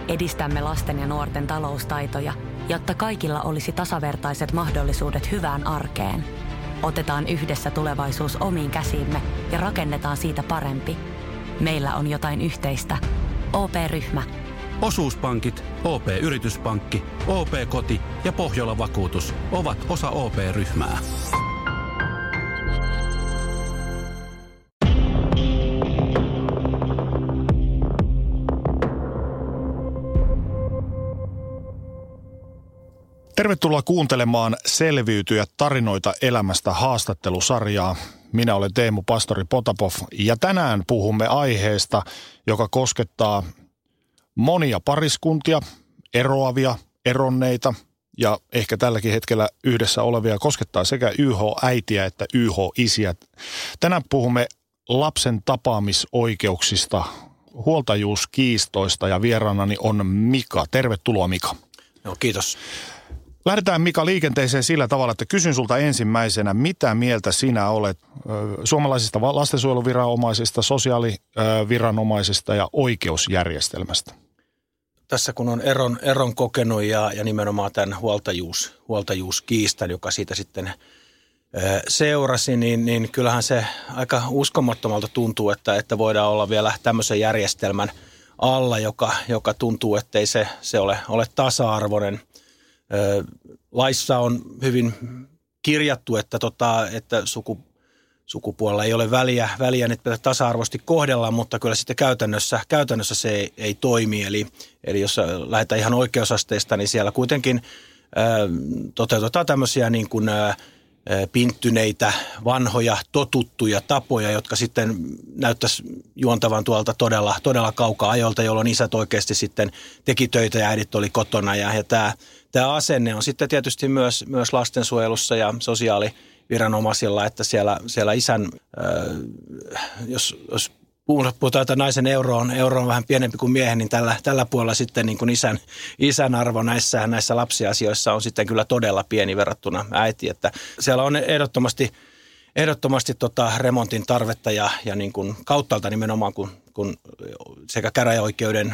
Edistämme lasten ja nuorten taloustaitoja, jotta kaikilla olisi tasavertaiset mahdollisuudet hyvään arkeen. Otetaan yhdessä tulevaisuus omiin käsiimme ja rakennetaan siitä parempi. Meillä on jotain yhteistä. OP-ryhmä. Osuuspankit, OP-yrityspankki, OP-koti ja Pohjola-vakuutus ovat osa OP-ryhmää. Tervetuloa kuuntelemaan Selviytyjä tarinoita elämästä -haastattelusarjaa. Minä olen Teemu Pastori Potapov ja tänään puhumme aiheesta, joka koskettaa monia pariskuntia, eroavia, eronneita ja ehkä tälläkin hetkellä yhdessä olevia, koskettaa sekä YH-äitiä että YH-isiä. Tänään puhumme lapsen tapaamisoikeuksista, huoltajuuskiistoista ja vieraanani on Mika. Tervetuloa, Mika. No, kiitos. Lähdetään, Mika, liikenteeseen sillä tavalla, että kysyn sulta ensimmäisenä, mitä mieltä sinä olet suomalaisista lastensuojeluviranomaisista, sosiaaliviranomaisista ja oikeusjärjestelmästä? Tässä kun on eron kokenut ja nimenomaan tämän huoltajuuskiistan, joka siitä sitten seurasi, niin kyllähän se aika uskomattomalta tuntuu, että voidaan olla vielä tämmöisen järjestelmän alla, joka tuntuu, ettei se ole tasa-arvoinen. Laissa on hyvin kirjattu, että sukupuolella ei ole väliä, että tasa-arvoisesti kohdellaan, mutta kyllä sitten käytännössä se ei toimi. Eli jos lähdetään ihan oikeusasteista, niin siellä kuitenkin toteutetaan tämmöisiä niin kuin pinttyneitä, vanhoja, totuttuja tapoja, jotka sitten näyttäisi juontavan tuolta todella kaukaa ajoilta, jolloin isät oikeasti sitten teki töitä ja äidit oli kotona. Ja tämä asenne on sitten tietysti myös lastensuojelussa ja sosiaaliviranomaisilla, että siellä isän, jos puhutaan, että naisen euro on vähän pienempi kuin miehen, niin tällä puolella sitten niin kuin isän arvo näissä lapsiasioissa on sitten kyllä todella pieni verrattuna äiti. Että siellä on ehdottomasti remontin tarvetta ja niin kuin kauttaalta nimenomaan, kun sekä käräjäoikeuden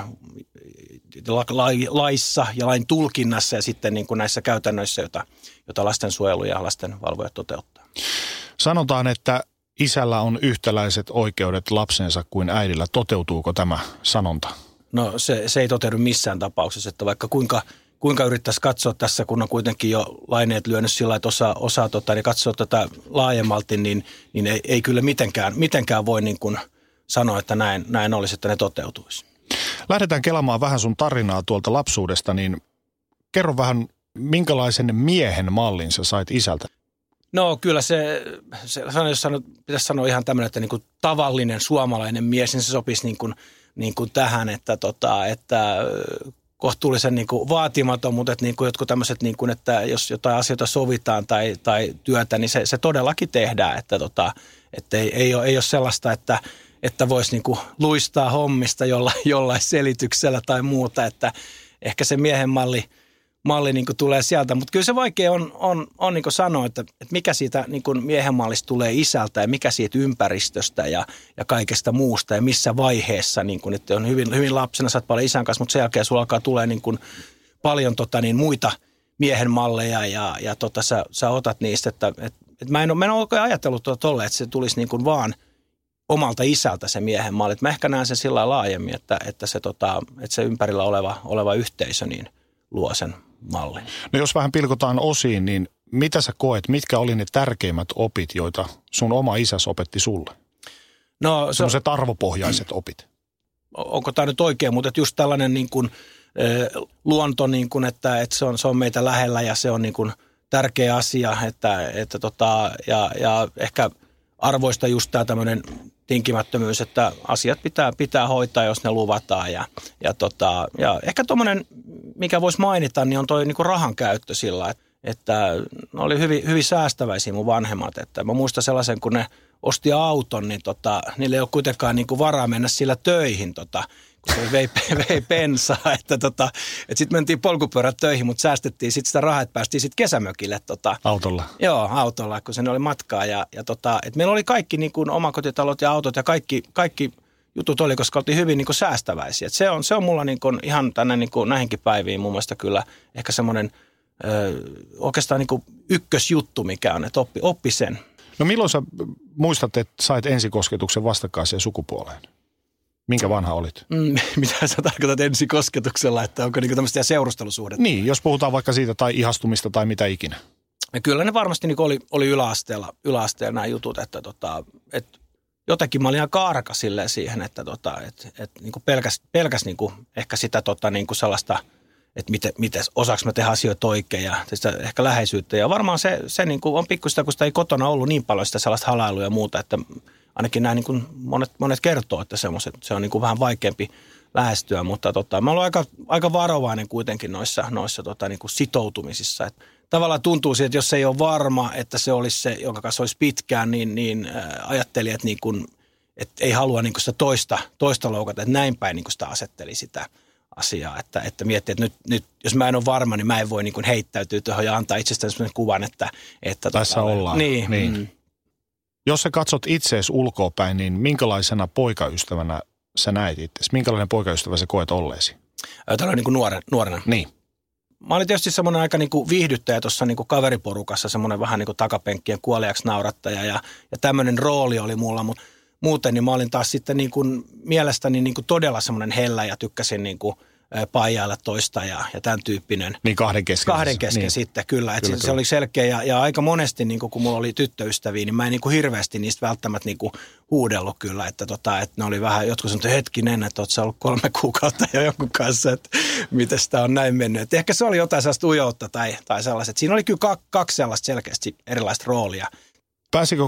laissa ja lain tulkinnassa ja sitten niin kuin näissä käytännöissä, jota lastensuojelu ja lastenvalvojat toteuttaa. Sanotaan, että isällä on yhtäläiset oikeudet lapsensa kuin äidillä. Toteutuuko tämä sanonta? No se ei toteudu missään tapauksessa, että vaikka kuinka yrittäisi katsoa tässä, kun on kuitenkin jo laineet lyönyt sillä, että osaa niin katsoa tätä laajemmalti, niin ei kyllä mitenkään voi niin kuin sanoa, että näin olisi, että ne toteutuisi. Lähdetään kelaamaan vähän sun tarinaa tuolta lapsuudesta, niin kerro vähän, minkälaisen miehen mallin sä sait isältä? No kyllä jos pitäisi sanoa ihan tämmöinen, että niin kuin tavallinen suomalainen mies, niin se sopisi niin kuin tähän, että kohtuullisen niin kuin vaatimaton, mutta että niin kuin jotkut tämmöiset, niin kuin, että jos jotain asioita sovitaan tai työtä, niin se todellakin tehdään, että ei ole sellaista, että voisi niin kuin luistaa hommista jollain selityksellä tai muuta, että ehkä se miehen malli niin kuin tulee sieltä, mutta kyllä se vaikea on niin kuin sanoa, että mikä siitä niin kuin miehen mallista tulee isältä ja mikä siitä ympäristöstä ja kaikesta muusta ja missä vaiheessa, niin kuin, että on hyvin lapsena, sä oot paljon isän kanssa, mutta sen jälkeen sulla alkaa tulee niin kuin paljon muita miehen malleja ja sä otat niistä, että mä en ole oikein ajatellut tolle, että se tulisi niin kuin vaan omalta isältä se miehen malli. Mä ehkä näen sen sillä laajemmin, että se ympärillä oleva yhteisö niin luo sen mallin. No jos vähän pilkotaan osiin, niin mitä sä koet, mitkä oli ne tärkeimmät opit, joita sun oma isäsi opetti sulle? No sellaiset arvopohjaiset opit. Onko tämä nyt oikein, mutta just tällainen niin kuin, luonto, niin kuin, että se on meitä lähellä ja se on niin kuin tärkeä asia, ja ehkä arvoista just tämä tämmöinen tinkimättömyys, että asiat pitää hoitaa, jos ne luvataan. Ja ehkä tuommoinen, mikä voisi mainita, niin on toi niinku rahan käyttö sillä, että ne oli hyvin säästäväisiä mun vanhemmat. Että mä muistan sellaisen, kun ne osti auton, niin niillä ei ole kuitenkaan niinku varaa mennä sillä töihin, kun se vei bensaa. Että sitten mentiin polkupyörät töihin, mutta säästettiin sitten sitä rahaa, että päästiin sitten kesämökille. Autolla? Joo, autolla, kun sen oli matkaa. Että meillä oli kaikki niin kuin omakotitalot ja autot ja kaikki jutut oli, koska oltiin hyvin niin kuin säästäväisiä. Et se on mulla niin kuin ihan tänne niin kuin näihinkin päiviin mun mielestä kyllä ehkä semmoinen oikeastaan niin kuin ykkösjuttu, mikä on, että oppi sen. No milloin sä muistat, että sait ensikosketuksen vastakkaiseen sukupuoleen? Minkä vanha olit? Mitä sä tarkoitat ensikosketuksella, että onko niinku tämmöistä seurustelusuhdetta? Niin, jos puhutaan vaikka siitä tai ihastumista tai mitä ikinä. Ja kyllä ne varmasti niinku oli yläasteella nämä jutut, että jotenkin mä olin ihan kaarka silleen siihen, että niinku pelkäs niinku ehkä sitä niinku sellaista, että miten osaaks mä tehdä asioita oikein ja sitä ehkä läheisyyttä. Ja varmaan se niinku on pikkuista, kun sitä ei kotona ollut niin paljon sitä sellaista halailua ja muuta, että ainakin nämä niin kuin monet kertoo, että se on niin kuin vähän vaikeampi lähestyä, mutta mä olen aika varovainen kuitenkin noissa niin kuin sitoutumisissa. Että tavallaan tuntuu siitä, että jos ei ole varma, että se olisi se, jonka kanssa olisi pitkään, niin ajattelijat niin kuin, että ei halua niin kuin sitä toista loukata, että näin päin niin kuin sitä asetteli sitä asiaa, että miettii, että nyt jos mä en ole varma, niin mä en voi niin kuin heittäytyä tuohon ja antaa itsestään sellaisen kuvan, että tässä ollaan. Niin. Jos sä katsot itseesi ulkoapäin, niin minkälaisena poikaystävänä sä näet itsesi? Minkälainen poikaystävä sä koet olleesi? Tällä niin kuin nuorena. Niin. Mä olin tietysti semmoinen aika niin kuin viihdyttäjä tuossa niin kuin kaveriporukassa, semmoinen vähän niin kuin takapenkkien kuoliaksi naurattaja ja tämmöinen rooli oli mulla, mutta muuten niin mä olin taas sitten niin kuin mielestäni niin kuin todella semmoinen hellä ja tykkäsin niin kuin paijailla toista ja tämän tyyppinen. Niin kahden kesken niin. Sitten, kyllä. Että se oli selkeä ja aika monesti, niin kun mulla oli tyttöystäviä, niin mä en niin kuin hirveästi niistä välttämättä niin kuin huudellut kyllä. Että ne oli vähän, jotkut sanoivat, että hetkinen, että oot sä ollut 3 kuukautta jo jonkun kanssa, että miten sitä on näin mennyt. Että ehkä se oli jotain sellaista ujoutta tai sellaiset. Siinä oli kyllä 2 sellaista selkeästi erilaista roolia. Pääsikö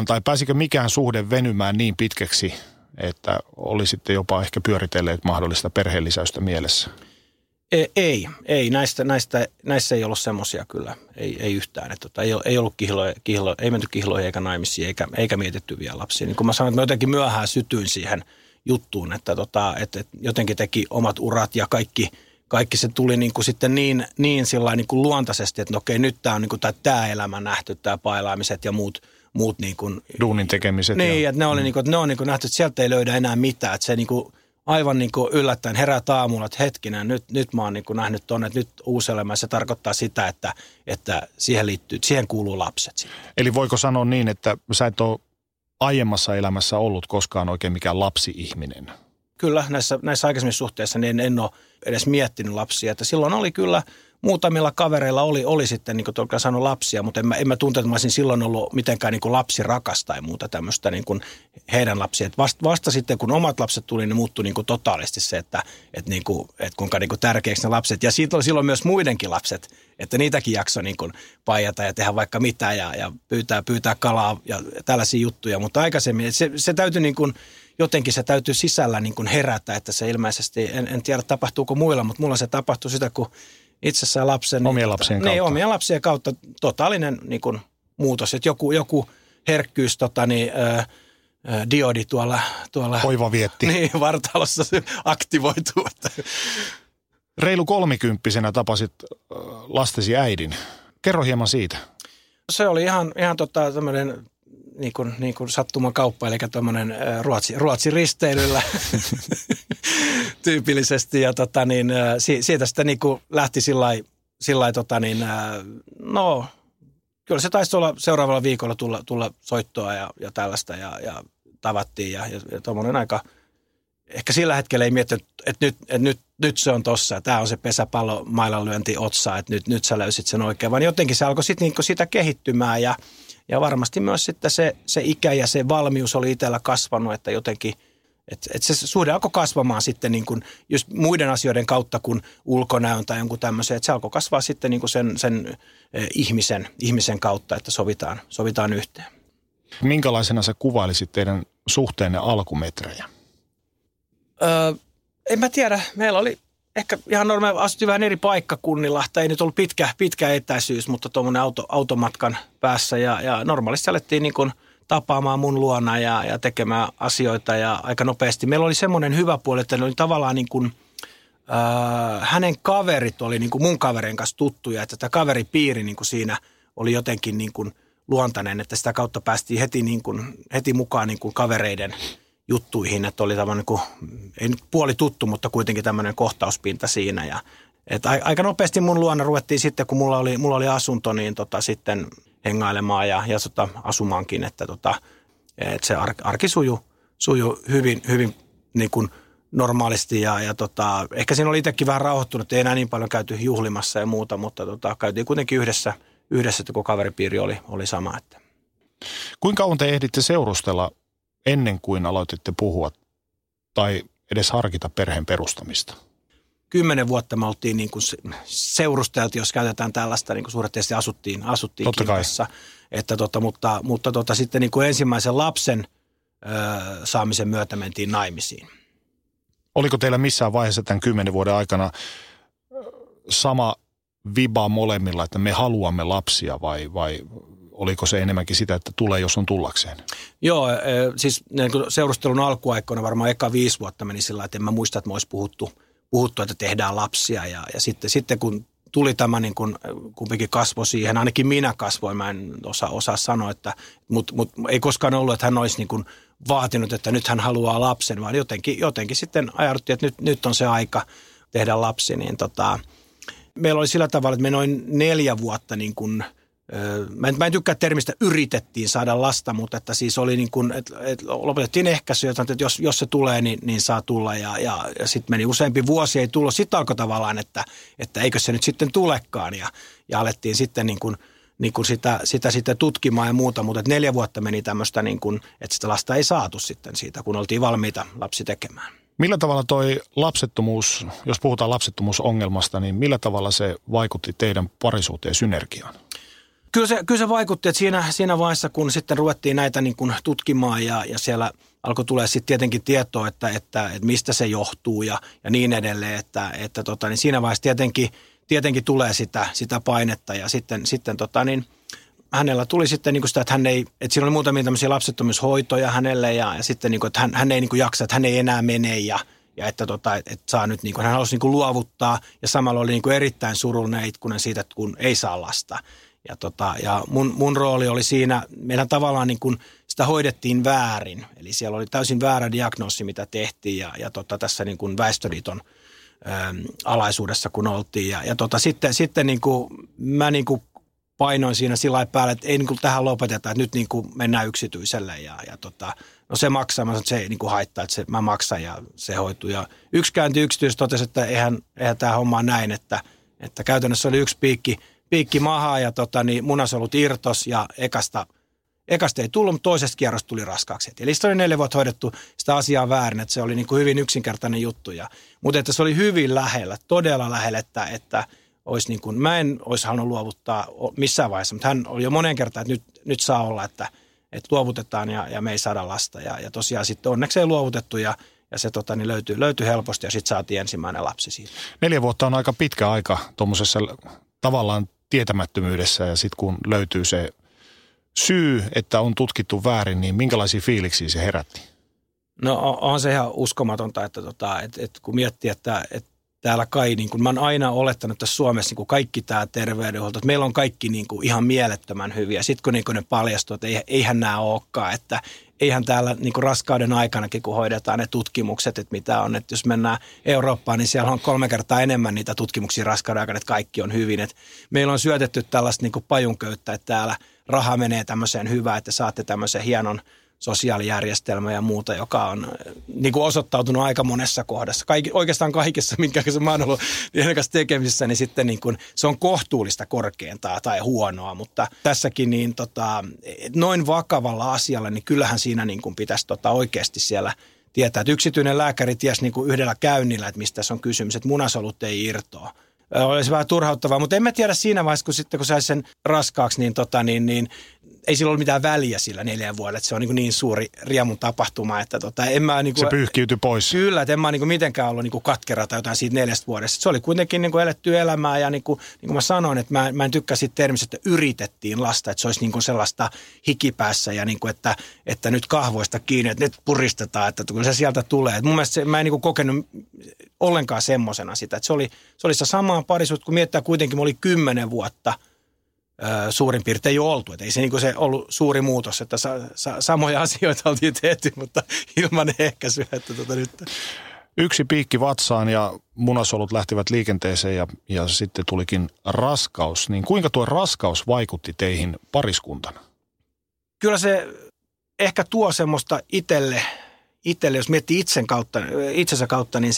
mikään suhde venymään niin pitkäksi, että olisitte jopa ehkä pyöritelleet mahdollista perheenlisäystä mielessä? Ei. Näissä ei ollut semmoisia kyllä. Ei yhtään. Että ei ollut ei menty kihloihin eikä naimisiin eikä mietitty vielä lapsia. Niin kuin mä sanoin, että mä jotenkin myöhään sytyin siihen juttuun, että jotenkin teki omat urat ja kaikki se tuli niin kuin sitten niin sillain niin kuin luontaisesti, että no okei, nyt tämä on niin kuin tämä elämä nähty, tämä pailaamiset ja muut niin kuin duunin tekemiset. Niin, että ne on niin kuin nähty, että sieltä ei löydä enää mitään. Että se niin kuin aivan niin kuin yllättäen herää aamulla, että hetkinen, nyt mä oon niin kuin nähnyt tuonne, että nyt uusi elämä. Se tarkoittaa sitä, että siihen kuuluu lapset. Sitten. Eli voiko sanoa niin, että sä et ole aiemmassa elämässä ollut koskaan oikein mikään lapsi-ihminen? Kyllä, näissä aikaisemmissa suhteissa niin en ole edes miettinyt lapsia. Että silloin oli kyllä, muutamilla kavereilla oli sitten niin kuin saanut lapsia, mutta en mä tunte, että mä olisin silloin ollut mitenkään niin kuin lapsirakas tai muuta tämmöistä niin kuin heidän lapsia. Vasta sitten, kun omat lapset tuli, niin muuttui niin kuin totaalisesti se, että kuinka niin kuin tärkeäksi ne lapset. Ja siitä oli silloin myös muidenkin lapset, että niitäkin jaksoi niin kuin paijata ja tehdä vaikka mitä ja pyytää kalaa ja tällaisia juttuja. Mutta aikaisemmin se täytyy niin kuin jotenkin se täytyy sisällä niin kuin herätä, että se ilmeisesti, en tiedä tapahtuuko muilla, mutta mulla se tapahtui sitä, kun itse sai lapsen. Omien lapsien kautta. Niin, omien lapsien kautta totaalinen niin kuin muutos, että joku herkkyys, diodi tuolla hoiva vietti. Niin, vartalossa se aktivoituu. Reilu 30-vuotiaana tapasit lastesi äidin. Kerro hieman siitä. Se oli ihan tämmöinen niin kuin sattuman kauppa, eli tuommoinen Ruotsin risteilyllä tyypillisesti. Ja siitä sitten niin kuin lähti no kyllä se taisi olla seuraavalla viikolla tulla soittoa ja tällaista ja tavattiin ja tuommoinen aika, ehkä sillä hetkellä ei miettinyt, että nyt se on tossa, tämä on se pesäpallo mailanlyönti otsaa, että nyt sä löysit sen oikein, vaan jotenkin se alkoi sitten niin sitä kehittymään ja varmasti myös sitten se ikä ja se valmius oli itsellä kasvanut, että jotenkin, että se suhde alkoi kasvamaan sitten niin kuin just muiden asioiden kautta kuin ulkonäön tai jonkun tämmöisen, että se alkoi kasvaa sitten niin kuin sen ihmisen kautta, että sovitaan yhteen. Minkälaisena sä kuvailisit teidän suhteenne alkumetrejä? En mä tiedä. Meillä oli ehkä ihan normaali, asuttiin vähän eri paikkakunnilla, tai ei nyt ollut pitkä etäisyys, mutta tuommoinen automatkan päässä ja normaalisti alettiin niin kuin tapaamaan mun luona ja tekemään asioita ja aika nopeasti. Meillä oli semmoinen hyvä puoli, että ne oli tavallaan niin kuin, hänen kaverit oli niin kuin mun kaverin kanssa tuttuja, että tämä kaveripiiri niin kuin siinä oli jotenkin niin kuin luontainen, että sitä kautta päästiin heti mukaan niin kuin kavereiden juttuihin, että oli tämmöinen, ei nyt puoli tuttu, mutta kuitenkin tämmöinen kohtauspinta siinä. Ja, että aika nopeasti mun luona ruvettiin sitten, kun mulla oli asunto, niin sitten hengailemaan ja asumaankin, että se arki sujui hyvin niin kuin normaalisti ja ehkä siinä oli itsekin vähän rauhoittunut, ei enää niin paljon käyty juhlimassa ja muuta, mutta käytiin kuitenkin yhdessä, että kun kaveripiiri oli sama. Että. Kuinka kauan te ehditte seurustella ennen kuin aloititte puhua tai edes harkita perheen perustamista? 10 vuotta me oltiin niin kuin seurusteltiin, jos käytetään tällaista, niin kuin suuresti asuttiin kimpassa. Että mutta sitten niin kuin ensimmäisen lapsen saamisen myötä mentiin naimisiin. Oliko teillä missään vaiheessa tämän 10 vuoden aikana sama viba molemmilla, että me haluamme lapsia vai oliko se enemmänkin sitä, että tulee, jos on tullakseen? Joo, siis niin seurustelun alkuaikoina varmaan eka 5 vuotta meni sillä, että en mä muista, että me olisi puhuttu, että tehdään lapsia. Ja sitten kun tuli tämä, niin kun kumpikin kasvoi siihen, ainakin minä kasvoin, mä en osaa sanoa, mutta ei koskaan ollut, että hän olisi niin kuin vaatinut, että nyt hän haluaa lapsen, vaan jotenkin sitten ajauduttiin, että nyt on se aika tehdä lapsi. Niin meillä oli sillä tavalla, että me noin 4 vuotta niin kuin, mä en tykkää termistä yritettiin saada lasta, mutta että siis oli niin kuin, että lopetettiin ehkäisy, että jos se tulee, niin saa tulla ja sitten meni useampi vuosi, ei tullut. Sitten alkoi tavallaan, että eikö se nyt sitten tulekaan ja alettiin sitten niin kuin sitä tutkimaan ja muuta, mutta 4 vuotta meni tämmöistä, niin kuin, että sitä lasta ei saatu sitten siitä, kun oltiin valmiita lapsi tekemään. Millä tavalla toi lapsettomuus, jos puhutaan lapsettomuusongelmasta, niin millä tavalla se vaikutti teidän parisuuteen synergiaan? Kyllä se vaikutti, että siinä vaiheessa, kun sitten ruvettiin näitä niin kuin tutkimaan ja siellä alkoi tulee sitten tietenkin tietoa, että mistä se johtuu ja niin edelleen, että niin siinä vaiheessa tietenkin tulee sitä painetta ja sitten hänellä tuli sitten niin kuin sitä, että siinä oli muutamia tämmöisiä lapsettomuushoitoja hänelle ja sitten niin kuin, että hän ei niin kuin jaksa, että hän ei enää mene ja että saa nyt, niin kuin, hän halusi niin kuin luovuttaa ja samalla oli niin kuin erittäin surullinen ja itkunen siitä, että kun ei saa lasta. Ja mun rooli oli siinä, meillä tavallaan niin kuin sitä hoidettiin väärin, eli siellä oli täysin väärä diagnoosi, mitä tehtiin ja tässä niin kuin Väestöliiton alaisuudessa kun oltiin ja sitten niin kuin mä niin kuin painoin siinä sillä lailla päälle, että ei niin kuin tähän lopeteta, että nyt niin kuin mennään yksityiselle no se maksaa, mä sanoin, että se ei niin kuin haittaa, että mä maksan ja se hoituu ja yksi käynti yksityisessä totesi, että eihän tämä homma näin, että käytännössä oli yksi piikki mahaa ja munasolut irtos ja ekasta ei tullut, mutta toisesta kierrosta tuli raskaaksi. Eli sitä oli 4 vuotta hoidettu sitä asiaa väärin, että se oli niin kuin hyvin yksinkertainen juttu. Mutta että se oli hyvin lähellä, todella lähellä, että olisi niin kuin, mä en olisi halunnut luovuttaa missään vaiheessa, mutta hän oli jo monen kertaan, että nyt saa olla, että luovutetaan ja me ei saada lasta. Ja tosiaan sitten onneksi ei luovutettu ja se löytyi helposti ja sitten saatiin ensimmäinen lapsi siitä. 4 vuotta on aika pitkä aika tuommoisessa tavallaan tietämättömyydessä ja sitten kun löytyy se syy, että on tutkittu väärin, niin minkälaisia fiiliksiä se herätti? No on se ihan uskomatonta, että kun miettii, että täällä kai, niin kuin mä oon aina olettanut, että Suomessa niin kuin kaikki tämä terveydenhuolto, että meillä on kaikki niin kuin ihan mielettömän hyviä. Sitten kun, niin kuin ne paljastuu, että eihän nämä olekaan, että eihän täällä niin kuin raskauden aikanakin, kun hoidetaan ne tutkimukset, että mitä on. Että jos mennään Eurooppaan, niin siellä on 3 kertaa enemmän niitä tutkimuksia raskauden aikana, että kaikki on hyvin. Että meillä on syötetty tällaista niin kuin pajunköyttä, että täällä raha menee tämmöiseen hyvään, että saatte tämmöisen hienon sosiaalijärjestelmä ja muuta, joka on niin kuin osoittautunut aika monessa kohdassa. Oikeastaan kaikissa, minkä mä oon ollut kanssa tekemisissä, niin sitten niin kuin, se on kohtuullista korkeintaan tai huonoa, mutta tässäkin niin noin vakavalla asialla, niin kyllähän siinä niin kuin pitäisi oikeasti siellä tietää, että yksityinen lääkäri tiesi niin kuin yhdellä käynnillä, että mistä tässä on kysymys, että munasolut ei irtoa. Olisi vähän turhauttavaa, mutta en mä tiedä siinä vaiheessa, kun sai sen raskaaksi, niin ei sillä ollut mitään väliä sillä 4 vuodella, että se on niin suuri riemun tapahtuma, että en mä niin kuin, se pyyhkiytyi pois. Kyllä, että en mä niin kuin mitenkään ollut niin kuin katkera tai jotain siitä 4 vuodesta. Se oli kuitenkin niin kuin eletty elämää ja niin kuin mä sanoin, että mä en tykkää siitä termistä, että yritettiin lasta, että se olisi niin kuin sellaista hikipäässä ja niin kuin, että nyt kahvoista kiinni, että nyt puristetaan, että kyllä se sieltä tulee. Et mun mielestä mä en niin kuin kokenut ollenkaan semmosena sitä, että se oli se samaan parisuutta, kun miettää kuitenkin, mä olin 10 vuotta suurin piirtein jo oltu. Et ei se, niin kuin se ollut suuri muutos, että samoja asioita oltiin tehty, mutta ilman ehkäisyä. Että nyt. Yksi piikki vatsaan ja munasolut lähtivät liikenteeseen ja sitten tulikin raskaus. Niin kuinka tuo raskaus vaikutti teihin pariskuntana? Kyllä se ehkä tuo semmoista itselle, jos miettii itsensä kautta, niin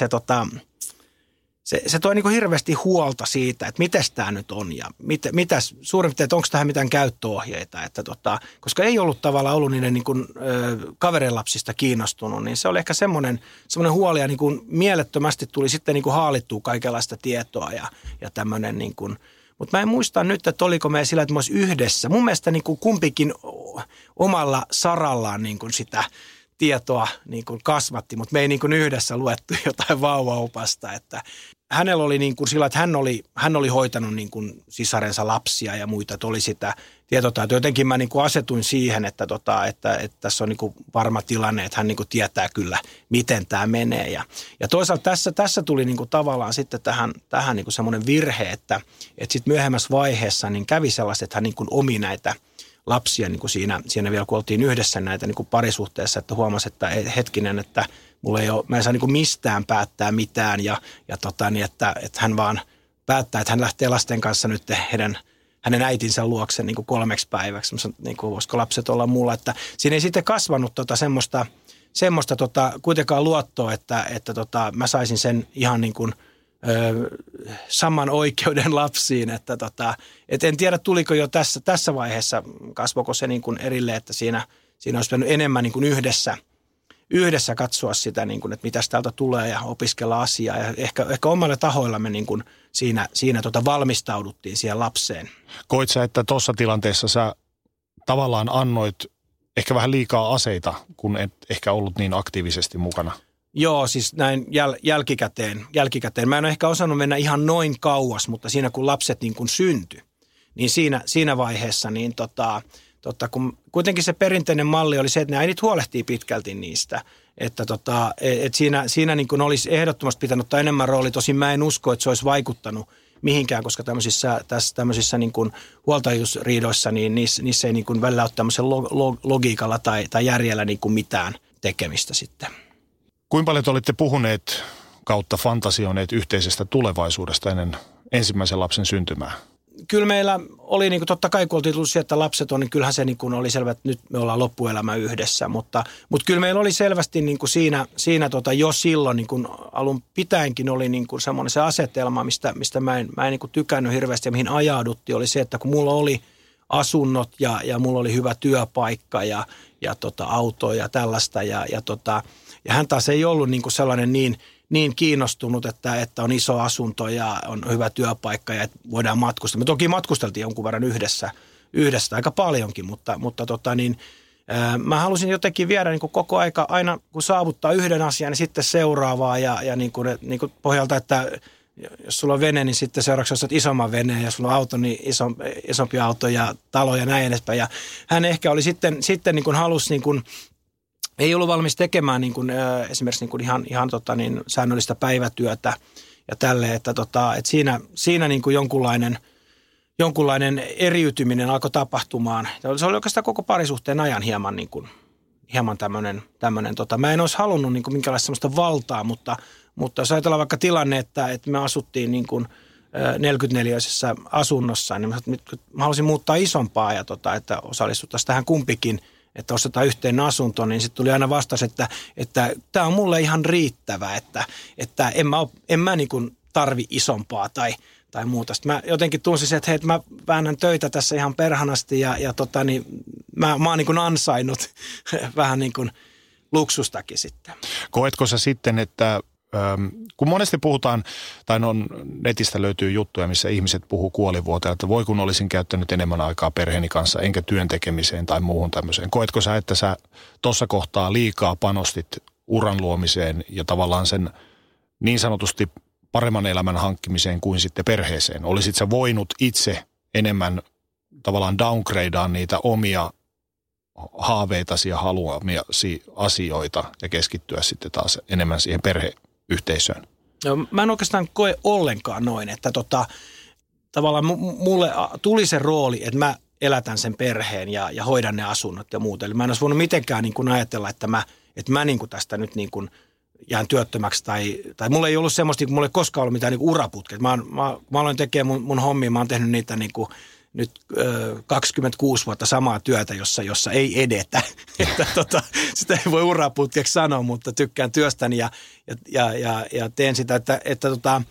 se toi niin kuin hirveästi huolta siitä, että mites tämä nyt on ja mitäs suurin piirtein, että onko tähän mitään käyttöohjeita. Että koska ei ollut tavallaan ollut niiden niin kuin, kaverin lapsista kiinnostunut, niin se oli ehkä semmoinen huoli ja niin kuin mielettömästi tuli sitten niin kuin haalittua kaikenlaista tietoa ja tämmöinen niin kuin. Mutta mä en muista nyt, että oliko me sillä, että me olisi yhdessä. Mun mielestä niin kuin kumpikin omalla sarallaan niin kuin sitä tietoa niin kuin kasvatti, mutta me ei niin kuin yhdessä luettu jotain vauvaopasta. Että hänellä oli niin kuin sillä, että hän oli hoitanut niin kuin sisarensa lapsia ja muita, että oli sitä tietotaitoa. Jotenkin mä niin kuin asetuin siihen, että tässä on niin kuin varma tilanne, että hän niin kuin tietää kyllä, miten tämä menee. Ja toisaalta tässä tuli niin kuin tavallaan sitten tähän niin kuin semmoinen virhe, että sitten myöhemmässä vaiheessa niin kävi sellaista, että hän niin kuin omi näitä lapsia niin kuin siinä vielä, kun oltiin yhdessä näitä niin kuin parisuhteessa, että huomasi, että hetkinen, että mä en saa niin kuin mistään päättää mitään että hän vaan päättää, että hän lähtee lasten kanssa nyt hänen äitinsä luokse niin kuin 3 päiväksi, niin kuin voisiko lapset olla mulla, että siinä ei sitten kasvanut semmoista kuitenkaan luottoa, että mä saisin sen ihan niin kuin saman oikeuden lapsiin, että en tiedä tuliko jo tässä vaiheessa, kasvoiko se niin kuin erilleen, että siinä olisi pitänyt enemmän niin kuin yhdessä katsoa sitä, niin kuin, että mitä täältä tulee ja opiskella asiaa ja ehkä omalla tahoillamme niin kuin siinä valmistauduttiin siihen lapseen. Koit sä, että tuossa tilanteessa sä tavallaan annoit ehkä vähän liikaa aseita, kun et ehkä ollut niin aktiivisesti mukana? Joo, siis näin jälkikäteen. Mä en ole ehkä osannut mennä ihan noin kauas, mutta siinä kun lapset niin kuin syntyi, niin siinä vaiheessa niin kun kuitenkin se perinteinen malli oli se, että ne äidit huolehtii pitkälti niistä. Että siinä niin kuin olisi ehdottomasti pitänyt ottaa enemmän rooli. Tosin mä en usko, että se olisi vaikuttanut mihinkään, koska tämmöisissä niin kuin huoltajuusriidoissa, niin niissä ei niin kuin välillä ole tämmöisen logiikalla tai järjellä niin kuin mitään tekemistä sitten. Kuinka paljon te olitte puhuneet kautta fantasioineet yhteisestä tulevaisuudesta ennen ensimmäisen lapsen syntymää? Kyllä meillä oli, niin kuin totta kai kun oltiin tullut sieltä, että lapset on, niin kyllähän se niin kuin oli selvä, että nyt me ollaan loppuelämä yhdessä. Mutta kyllä meillä oli selvästi niin kuin siinä jo silloin niin kuin alun pitäenkin oli niin kuin semmoinen se asetelma, mistä mä en niin kuin tykännyt hirveästi ja mihin ajauduttiin, oli se, että kun mulla oli asunnot ja mulla oli hyvä työpaikka ja auto ja tällaista ja hän taas ei ollut niin kuin sellainen niin kiinnostunut, että on iso asunto ja on hyvä työpaikka ja että voidaan matkustaa. Me toki matkusteltiin jonkun verran yhdessä aika paljonkin, mutta mä halusin jotenkin viedä niin kuin koko aika, aina kun saavuttaa yhden asian, niin sitten seuraavaa ja niin kuin pohjalta, että jos sulla on vene, niin sitten seuraavaksi ostat isomman veneen ja sulla on auto, niin isompi auto ja talo ja näin edespäin. Ja hän ehkä oli sitten niin kuin halusi niin kuin ei ollut valmis tekemään niin kuin, esimerkiksi niin kuin ihan säännöllistä päivätyötä ja tälleen, että siinä niin kuin jonkunlainen eriytyminen alkoi tapahtumaan. Se oli oikeastaan koko parisuhteen ajan hieman tämmöinen mä en olisi halunnut niin kuin minkälaista semmoista valtaa, mutta jos ajatellaan vaikka tilanne, että me asuttiin niin kuin 44-isessä asunnossa, niin mä halusin muuttaa isompaa ja että osallistuttaisiin tähän kumpikin, että ostetaan yhteen asunto, niin sitten tuli aina vastaus, että tämä on mulle ihan riittävä, että en mä niin kuin tarvi isompaa tai muuta. Sitten mä jotenkin tunsin, että hei, mä väännän töitä tässä ihan perhanasti ja mä oon niin kuin ansainnut vähän niin kuin luksustakin sitten. Koetko sä sitten, että kun monesti puhutaan, tai netistä löytyy juttuja, missä ihmiset puhuu kuolivuoteen, että voi kun olisin käyttänyt enemmän aikaa perheeni kanssa, enkä työn tekemiseen tai muuhun tämmöiseen. Koetko sä, että sä tuossa kohtaa liikaa panostit uran luomiseen ja tavallaan sen niin sanotusti paremman elämän hankkimiseen kuin sitten perheeseen? Olisit sä voinut itse enemmän tavallaan downgradeaa niitä omia haaveitasi ja haluamiasi asioita ja keskittyä sitten taas enemmän siihen perheyhteisöön? Mä en oikeastaan koe ollenkaan noin, että tavallaan mulle tuli se rooli, että mä elätän sen perheen ja hoidan ne asunnot ja muuta. Eli mä en olisi voinut mitenkään niin kuin ajatella, että mä niin kuin tästä nyt niin kuin jään työttömäksi tai mulla ei ollut semmoista, mulla ei koskaan ollut mitään niin kuin uraputket. Mä aloin tekemään mun hommia, mä oon tehnyt niitä niin kuin nyt 26 vuotta samaa työtä, jossa ei edetä. Että sitä ei voi uraputkeksi sanoa, mutta tykkään työstäni ja teen sitä, että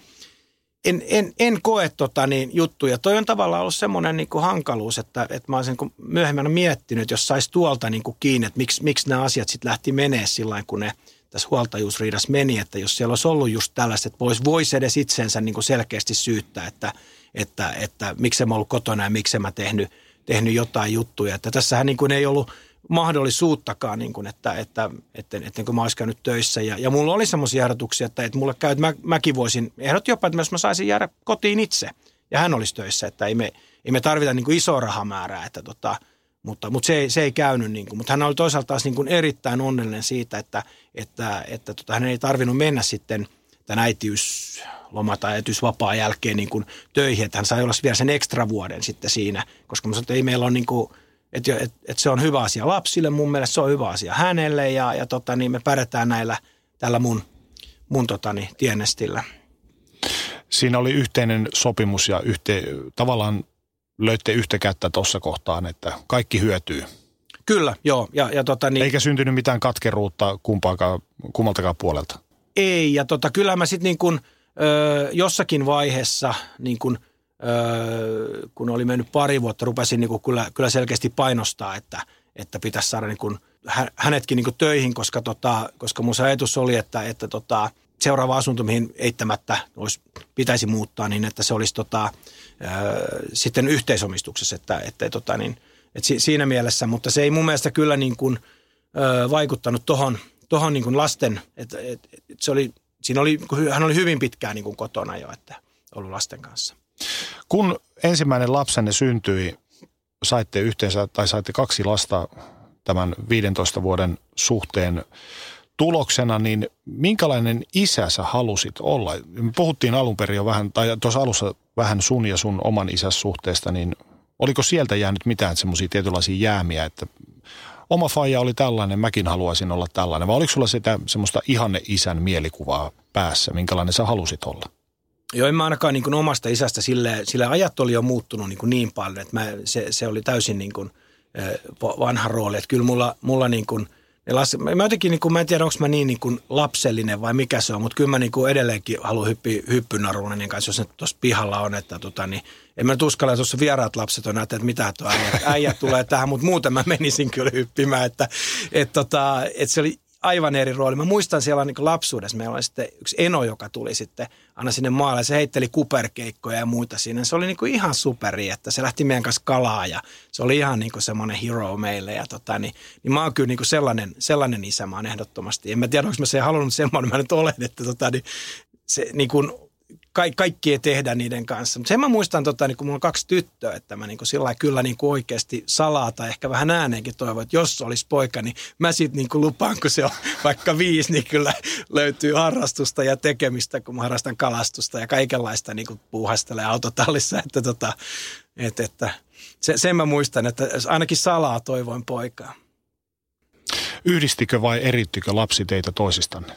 en koe juttuja. Toi on tavallaan ollut semmoinen niin kuin hankaluus, että mä olisin niin myöhemmin miettinyt, jos saisi tuolta niin kuin kiinni, että miksi nämä asiat sitten lähti menee sillä kun ne tässä huoltajuusriidassa meni, että jos siellä olisi ollut just tällaiset, että voisi edes itsensä niin kuin selkeästi syyttää, että miksi mä ollut kotona ja miksi mä tehnyt jotain juttuja. Että tässähän niin kuin ei ollut mahdollisuuttakaan, niin kuin, että kun mä olisin käynyt töissä. Ja mulla oli semmoisia ehdotuksia, että mulle käy, että mäkin voisin, ehdotti jopa, että mä saisin jäädä kotiin itse. Ja hän olisi töissä, että ei me tarvita niin kuin isoa rahamäärää, mutta se ei käynyt. Niin kuin, mutta hän oli toisaalta taas niin kuin erittäin onnellinen siitä, että hän ei tarvinnut mennä sitten tämän äitiysloma- tai äitiysvapaan jälkeen niin kuin töihin, että hän sai olla vielä sen ekstra vuoden sitten siinä, koska mä sanoin, että ei meillä ole niin kuin, että se on hyvä asia lapsille, mun mielestä se on hyvä asia hänelle ja niin me pärjätään tällä mun tienestillä. Siinä oli yhteinen sopimus ja tavallaan löitte yhtä kättä tuossa kohtaan, että kaikki hyötyy. Kyllä, joo. Eikä syntynyt mitään katkeruutta kummaltakaan puolelta. Ei, ja kyllä mä sitten niin kuin jossakin vaiheessa, niin kuin, kun oli mennyt pari vuotta, rupesin niin kuin kyllä selkeästi painostaa, että pitäisi saada niin kuin hänetkin niin kuin töihin, koska mun se ajatus oli, että seuraava asunto, mihin eittämättä pitäisi muuttaa, niin että se olisi sitten yhteisomistuksessa, että siinä mielessä, mutta se ei mun mielestä kyllä niin kuin vaikuttanut tohon niin kuin lasten, että se oli, hän oli hyvin pitkään niin kuin kotona jo, että ollut lasten kanssa. Kun ensimmäinen lapsenne syntyi, saitte 2 lasta tämän 15 vuoden suhteen tuloksena, niin minkälainen isä sä halusit olla? Me puhuttiin alun perin jo vähän, tai tuossa alussa vähän sun ja sun oman isäs suhteesta, niin oliko sieltä jäänyt mitään semmoisia tietynlaisia jäämiä, että oma faija oli tällainen, mäkin haluaisin olla tällainen, vai oliko sulla sitä semmoista ihanne isän mielikuvaa päässä, minkälainen sä halusit olla? Joo, en mä ainakaan niin kuin omasta isästä, sillä ajat oli jo muuttunut niin paljon, että se oli täysin niin kuin vanha rooli, että kyllä mulla niin kuin mä jotenkin, niin kuin, mä en tiedä, onko mä niin kuin lapsellinen vai mikä se on, mutta kyllä mä niin kuin edelleenkin haluan hyppynaruinen kanssa, jos ne tuossa pihalla on, että niin en mä uskalla, että tuossa vieraat lapset on, että mitä tuo äijät tulee tähän, mutta muuten mä menisin kyllä hyppimään, että se oli aivan eri rooli. Mä muistan siellä niin kuin lapsuudessa, meillä oli sitten yksi eno, joka tuli sitten aina sinne maalle, se heitteli kuperkeikkoja ja muita siinä. Se oli niin kuin ihan superi, että se lähti meidän kanssa kalaa ja se oli ihan niin kuin semmoinen hero meille. Ja niin mä oon kyllä niin kuin sellainen isä, mä oon ehdottomasti. En mä tiedä, onko mä se halunnut semmoinen, mä nyt olen, että niin se niin kuin kaikki ei tehdä niiden kanssa. Mutta sen mä muistan, niin kun mulla on 2 tyttöä, että mä niin kuin sillä kyllä niin kuin oikeasti salaa tai ehkä vähän ääneenkin toivon, että jos olisi poika, niin mä sitten niin kuin lupaan, kun se on vaikka 5, niin kyllä löytyy harrastusta ja tekemistä, kun mä harrastan kalastusta ja kaikenlaista niin kuin puuhastelee autotallissa. Että sen mä muistan, että ainakin salaa toivoin poikaa. Yhdistikö vai erittikö lapsi teitä toisistanne?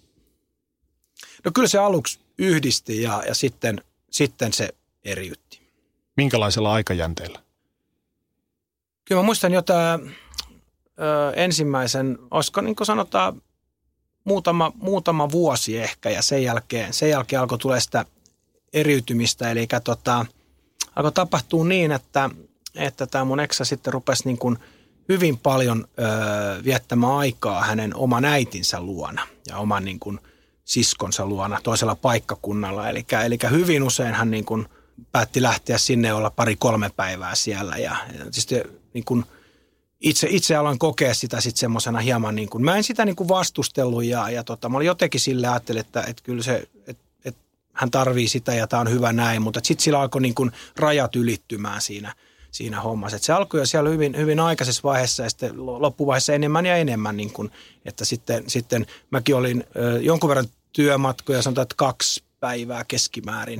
No kyllä se aluksi yhdisti ja sitten se eriytti. Minkälaisella aikajänteellä? Kyllä mä muistan jo tämä ensimmäisen, olisiko niin kuin sanotaan muutama vuosi ehkä ja sen jälkeen alkoi tulla sitä eriytymistä. Eli alkoi tapahtua niin, että tämä mun eksä sitten rupesi niin kuin hyvin paljon viettämään aikaa hänen oman äitinsä luona ja oman niin kuin siskonsa luona toisella paikkakunnalla. Eli hyvin usein hän niin kuin päätti lähteä sinne olla 2-3 päivää siellä. Ja sitten niin kuin itse aloin kokea sitä sitten semmoisena hieman, niin kuin, mä en sitä niin kuin vastustellut ja mä olin jotenkin sille ajattelin, että kyllä se, että hän tarvii sitä ja tämä on hyvä näin, mutta sitten sillä alkoi niin kuin rajat ylittymään siinä hommassa. Että se alkoi jo siellä hyvin, hyvin aikaisessa vaiheessa ja sitten loppuvaiheessa enemmän ja enemmän, niin kuin, että sitten mäkin olin jonkun verran työmatkoja, sanotaan, että 2 päivää keskimäärin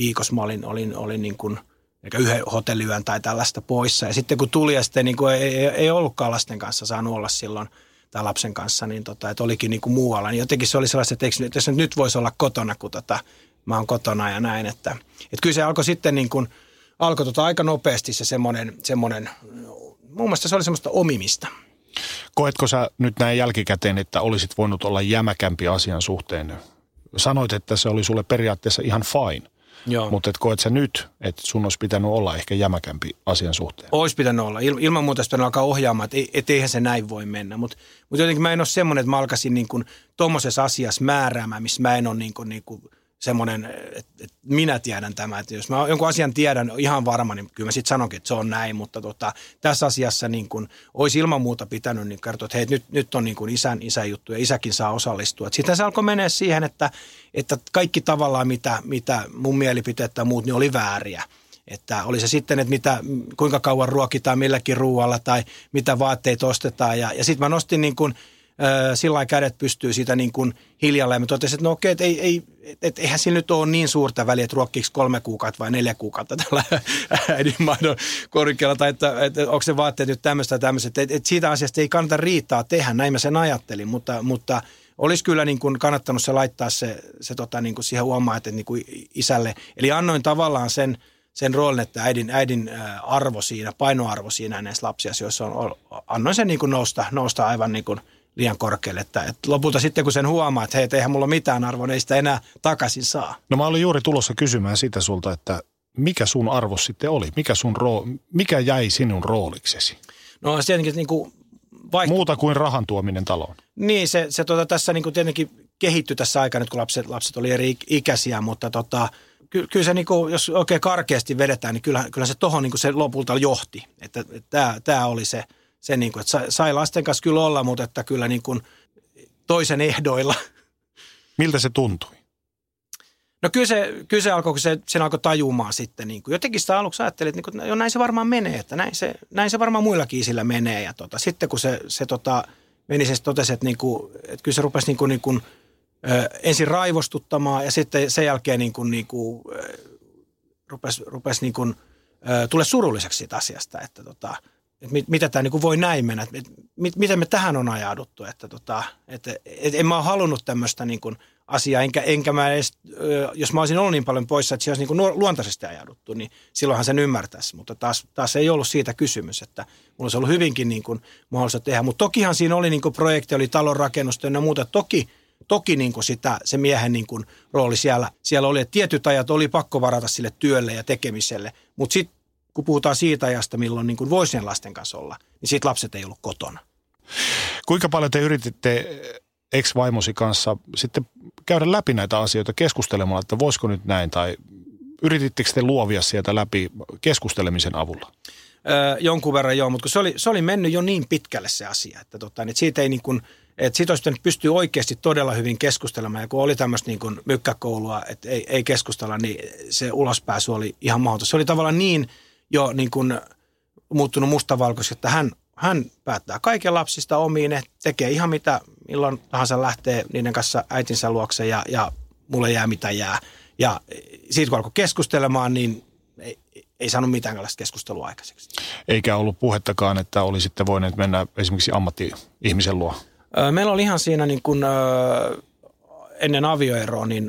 viikossa mä olin niin kuin eikä yhden hotelliyön tai tällaista poissa. Ja sitten kun tuli ja sitten niin kuin ei ollutkaan lasten kanssa saanut olla silloin tai lapsen kanssa, niin että olikin niin kuin muualla. Niin jotenkin se oli sellaista, että jos nyt voisi olla kotona, kun mä oon kotona ja näin. Että kyllä se alkoi sitten niin kuin, aika nopeasti se semmoinen, mun mielestä se oli semmoista omimista. Koetko sä nyt näin jälkikäteen, että olisit voinut olla jämäkämpi asian suhteen? Sanoit, että se oli sulle periaatteessa ihan fine. Joo. Mutta et koet sä nyt, että sun olisi pitänyt olla ehkä jämäkämpi asian suhteen? Olisi pitänyt olla. Ilman muuta olisi pitänyt alkaa ohjaamaan, että eihän se näin voi mennä. Mutta jotenkin mä en ole semmoinen, että mä alkaisin niin kuin tommosessa asiassa määräämään, missä mä en ole niin kuin semmoinen, että minä tiedän tämä. Että jos mä jonkun asian tiedän ihan varma, niin kyllä mä sitten sanonkin, että se on näin. Mutta tässä asiassa niin kuin olisi ilman muuta pitänyt niin kertoa, että hei, nyt on niin kuin isän juttu ja isäkin saa osallistua. Sitten se alkoi mennä siihen, että kaikki tavallaan, mitä mun mielipiteet tai muut, niin oli vääriä. Että oli se sitten, että kuinka kauan ruokitaan milläkin ruualla tai mitä vaatteita ostetaan. Ja sitten mä nostin niin kuin sillä lailla kädet pystyy siitä niin kuin hiljalleen. Mä totesin, että no okei, että eihän sillä nyt ole niin suurta väliä, että ruokkiiko 3 kuukautta vai 4 kuukautta tällä äidinmaidon korkealla, tai että onko se vaatteet nyt tämmöistä tai tämmöistä. Että siitä asiasta ei kannata riitaa tehdä, näin mä sen ajattelin, mutta olisi kyllä niin kuin kannattanut se laittaa se niin kuin siihen huomaan, että niin kuin isälle. Eli annoin tavallaan sen roolin, että äidin arvo siinä, painoarvo siinä näissä lapsiasioissa annoin sen niin kuin nousta aivan niin kuin liian korkealle. Että lopulta sitten kun sen huomaa, että hei, eihän mulla mitään arvoa, niin ei sitä enää takaisin saa. No mä olin juuri tulossa kysymään sitä sulta, että mikä sun arvo sitten oli? Mikä jäi sinun rooliksesi? No se tietenkin niin kuin muuta kuin rahan tuominen taloon. Niin, se tässä niin kuin tietenkin kehittyi tässä aikana, kun lapset oli eri ikäisiä, mutta kyllä se, niin kuin, jos oikein karkeasti vedetään, niin kyllä se tohon niin kuin se lopulta johti. Että tämä oli se niin kuin, että sai lasten kanssa kyllä olla, mutta että kyllä niin kuin toisen ehdoilla. Miltä se tuntui? No kyllä se alkoi, kun sen alkoi tajumaan sitten. Niin kuin, jotenkin sitä aluksi ajattelin, että niin kuin, näin se varmaan menee, että näin se varmaan muillakin isillä menee. Ja sitten kun se meni, se totesi, että, niin kuin, että kyllä se rupesi niin kuin, ensin raivostuttamaan ja sitten sen jälkeen rupesi niin kuin, tule surulliseksi siitä asiasta, että mitä tämä niin kuin voi näin mennä, että miten me tähän on ajauduttu, että en mä ole halunnut tämmöistä niin kuin asiaa, enkä mä edes, jos mä olisin ollut niin paljon poissa, että se olisi niin kuin luontaisesti ajauduttu, niin silloinhan sen ymmärtäisi, mutta taas ei ollut siitä kysymys, että mulla olisi ollut hyvinkin niin kuin mahdollista tehdä, mutta tokihan siinä oli niin kuin projekti, oli talon rakennusta ja muuta, toki niin kuin se miehen niin kuin rooli siellä oli, että tietyt ajat oli pakko varata sille työlle ja tekemiselle, mutta sitten kun puhutaan siitä ajasta, milloin niin kuin voisi lasten kanssa olla, niin siitä lapset ei ollut kotona. Kuinka paljon te yrititte ex-vaimosi kanssa sitten käydä läpi näitä asioita keskustelemalla, että voisiko nyt näin, tai yritittekö te luovia sieltä läpi keskustelemisen avulla? Jonkun verran joo, mutta kun se oli mennyt jo niin pitkälle se asia, että siitä ei niin kuin, että siitä olisi pitänyt pystyä oikeasti todella hyvin keskustelemaan, ja kun oli tämmöistä niin kuin mykkäkoulua, että ei keskustella, niin se ulospääsy oli ihan mahdoton. Se oli tavallaan niin jo niin kuin muuttunut mustavalkoiseksi, että hän päättää kaiken lapsista omiin, ne tekee ihan milloin tahansa lähtee niiden kanssa äitinsä luokse ja mulle jää mitä jää. Ja siitä kun alkoi keskustelemaan, niin ei saanut mitään keskustelua aikaiseksi. Eikä ollut puhettakaan, että olisitte voineet mennä esimerkiksi ammatti-ihmisen luo? Meillä oli ihan siinä niin kuin, ennen avioeroa, niin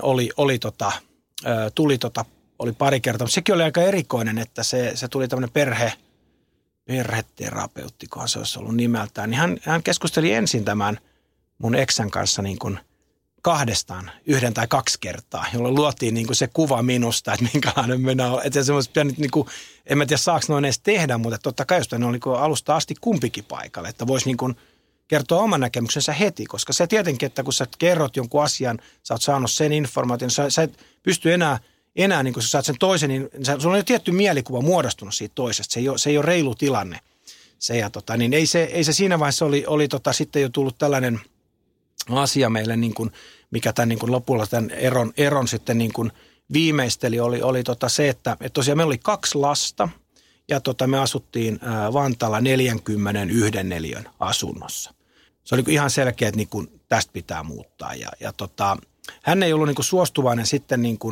oli pari kertaa, mutta sekin oli aika erikoinen, että se tuli tämmöinen perheterapeuttikohan se olisi ollut nimeltään, niin hän keskusteli ensin tämän mun eksän kanssa niin kuin 1 tai 2 kertaa, jolloin luotiin niin kuin se kuva minusta, että minkälainen minä olen. Että semmoista pitänyt, niin kuin, en mä tiedä saako noin edes tehdä, mutta totta kai jos ne oli niin alusta asti kumpikin paikalle, että voisi niin kuin kertoa oman näkemyksensä heti, koska se tietenkin, että kun sä kerrot jonkun asian, sä oot saanut sen informaation, sä et pysty enää niin kun sä saat sen toisen, niin sulla on jo tietty mielikuva muodostunut siitä toisesta. Se ei ole reilu tilanne. Niin ei se siinä vaiheessa oli sitten jo tullut tällainen asia meille, niin kuin, mikä tämän niin kuin lopulla tämän eron sitten niin kuin viimeisteli, oli se, että tosiaan meillä oli 2 lasta ja me asuttiin Vantaalla 41 neliön asunnossa. Se oli ihan selkeä, että niin kuin tästä pitää muuttaa ja hän ei ollut niin kuin suostuvainen sitten niin kuin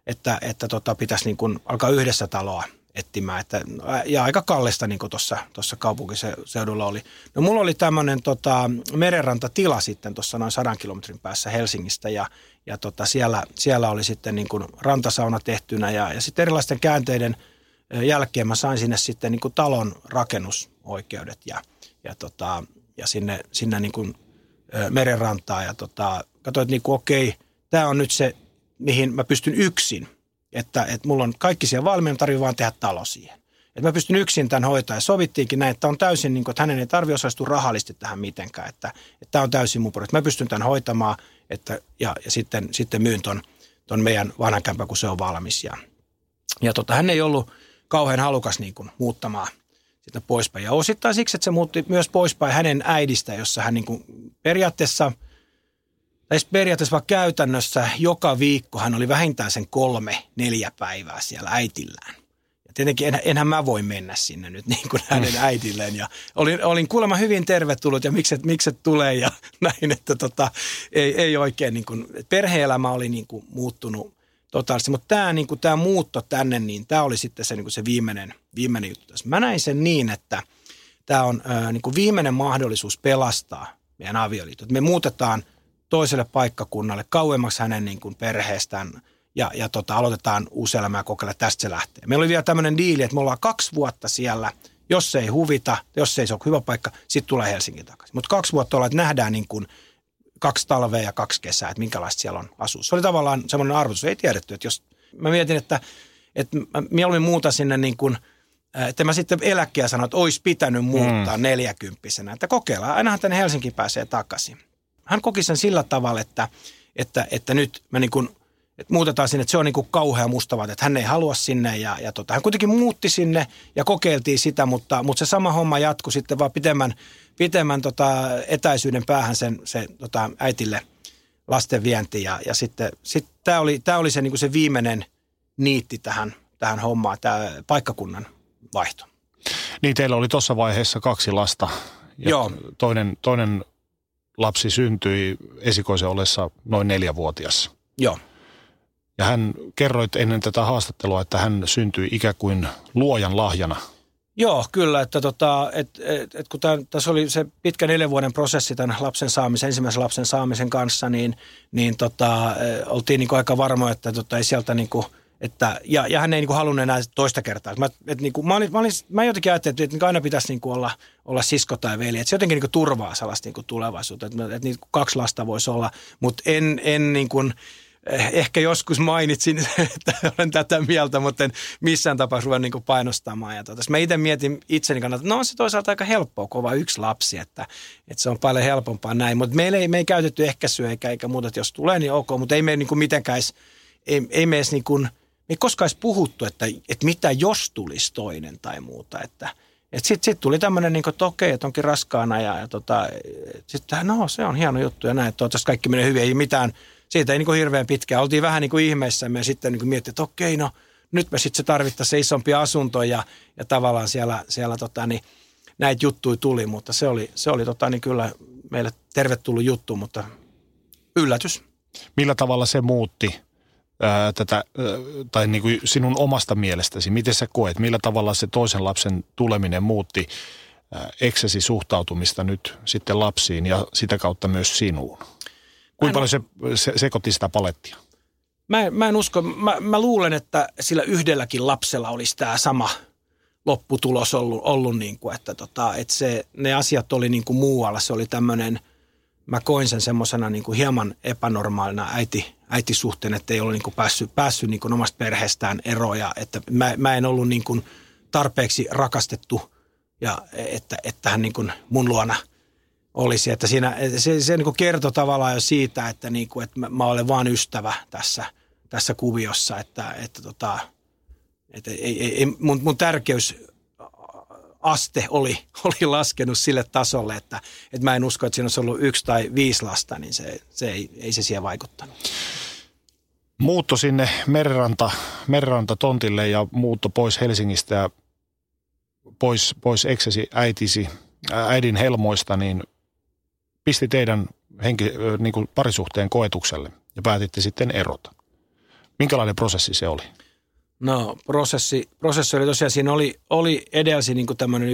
että pitäisi niin kuin alkaa yhdessä taloa etsimään. Ja aika kallista niin kuin tuossa kaupunkiseudulla oli. No mulla oli tämmöinen merenrantatila sitten tuossa noin 100 kilometrin päässä Helsingistä ja siellä oli sitten niin kuin rantasauna tehtynä ja sitten erilaisten käänteiden jälkeen mä sain sinne sitten niin kuin talon rakennusoikeudet ja sinne niin kuin merenrantaa ja katsoin, että niin kuin okei, tämä on nyt se, mihin mä pystyn yksin. Että mulla on kaikki siellä valmiina, tarvii vaan tehdä talo siihen. Että mä pystyn yksin tämän hoitaa ja sovittiinkin näin, että on täysin, niin kuin, että hänen ei tarvitse osallistua rahallisesti tähän mitenkään. Että tämä on täysin mun projekti. Mä pystyn tämän hoitamaan ja sitten myyn ton meidän vanhan kämpän, kun se on valmis. Ja hän ei ollut kauhean halukas niin kuin muuttamaan sitä poispäin. Ja osittain siksi, että se muutti myös poispäin hänen äidistä, jossa hän niin kuin periaatteessa vaan käytännössä joka viikko hän oli vähintään sen 3-4 päivää siellä äitillään. Ja tietenkin enhän mä voi mennä sinne nyt niin kuin hänen äitilleen. Ja olin kuulemma hyvin tervetullut ja mikset tulee ja näin, että ei oikein niin kuin, perhe-elämä oli niin kuin muuttunut totaalisesti. Mutta tämä muutto tänne, niin tämä oli sitten se, niin kuin se viimeinen juttu tässä. Mä näin sen niin, että tämä on niin kuin viimeinen mahdollisuus pelastaa meidän avioliitot. Me muutetaan toiselle paikkakunnalle, kauemmaksi hänen niin kuin perheestään ja aloitetaan uusi elämä ja kokeilla, tästä se lähtee. Meillä oli vielä tämmöinen diili, että me ollaan 2 vuotta siellä, jos se ei huvita, jos ei se ole hyvä paikka, sitten tulee Helsingin takaisin. Mutta 2 vuotta ollaan, että nähdään niin kuin 2 talvea ja 2 kesää, että minkälaista siellä on asua. Se oli tavallaan semmoinen arvotus, ei tiedetty, että jos mä mietin, että mieluummin muuta sinne niin kuin, että mä sitten eläkkeä sanoin, että olisi pitänyt muuttaa 40-vuotiaana, että kokeillaan, ainahan tänne Helsinkiin pääsee takaisin. Hän koki sen sillä tavalla, että nyt me niin kuin, että muutetaan sinne, että se on niin kuin kauhea mustavaate, että hän ei halua sinne ja hän kuitenkin muutti sinne ja kokeiltiin sitä, mutta se sama homma jatkui sitten vaan pitemmän etäisyyden päähän se äitille lasten vienti ja sitten tämä oli se, niin kuin se viimeinen niitti tähän hommaan, tämä paikkakunnan vaihto. Niin teillä oli tuossa vaiheessa 2 lasta ja joo. Toinen lapsi syntyi esikoisen ollessa noin 4-vuotias. Joo. Ja hän kerroit ennen tätä haastattelua, että hän syntyi ikään kuin luojan lahjana. Joo, kyllä. Että kun tässä oli se pitkä 4 vuoden prosessi tämän ensimmäisen lapsen saamisen kanssa, niin oltiin niin kuin aika varmoja, että ei sieltä niin kuin, että, ja hän ei niin kuin halunnut enää toista kertaa. Mä jotenkin ajattelin, että aina pitäisi niin kuin olla sisko tai veli, että se jotenkin niin kuin turvaa sellaista niin kuin tulevaisuutta, että niin kuin 2 lasta voisi olla, mutta en niin kuin, ehkä joskus mainitsin, että olen tätä mieltä, mutta en missään tapauksessa ruvennut niin kuin painostamaan. Ja mä itse mietin itseni kannalta, että no on se toisaalta aika helppoa, kun on vain 1 lapsi, että se on paljon helpompaa näin. Mutta me ei käytetty ehkäisyä eikä muuta, että jos tulee, niin ok, mutta ei me niin kuin mitenkään ei me edes niin kuin, me ei koskaan edes puhuttu, että mitä jos tulisi toinen tai muuta, että sitten tuli tämmöinen, niin kuin, että okei, että onkin raskaana ja sitten no se on hieno juttu ja näin, että toivottavasti kaikki menee hyvin, ei mitään. Siitä ei niin kuin hirveän pitkään. Oltiin vähän niin kuin ihmeissämme ja sitten niin kuin miettii, että okei, no nyt me sitten se tarvittaisiin se isompi asunto ja tavallaan siellä niin näitä juttuja tuli, mutta se oli niin kyllä meille tervetullut juttu, mutta yllätys. Millä tavalla se muutti tätä, tai niin kuin sinun omasta mielestäsi, miten sä koet, millä tavalla se toisen lapsen tuleminen muutti eksesi suhtautumista nyt sitten lapsiin ja sitä kautta myös sinuun? Kuinka paljon se sekoitti sitä palettia? Mä en usko. Mä luulen, että sillä yhdelläkin lapsella olisi tämä sama lopputulos ollut niin kuin, että ne asiat oli niin kuin muualla. Se oli tämmöinen, mä koin sen semmoisena niin kuin hieman epänormaalina äitisuhteen, että ei ollut niin kuin päässyt niin kuin omasta perheestään eroja. Että mä en ollut niin kuin tarpeeksi rakastettu ja että hän niin kuin mun luona olisi, että siinä se niin kuin kertoi tavallaan jo siitä, että, niin kuin, että mä olen vaan ystävä tässä kuviossa, että mun tärkeysaste oli laskenut sille tasolle, että mä en usko, että siinä olisi ollut 1 tai 5 lasta, niin se ei siihen vaikuttanut. Muutto sinne merenrantatontille ja muutto pois Helsingistä ja pois eksesi äidin helmoista, niin pisti teidän niin kuin parisuhteen koetukselle ja päätitte sitten erota. Minkälainen prosessi se oli? No prosessi oli tosiaan, siinä oli edelsi niin kuin tämmöinen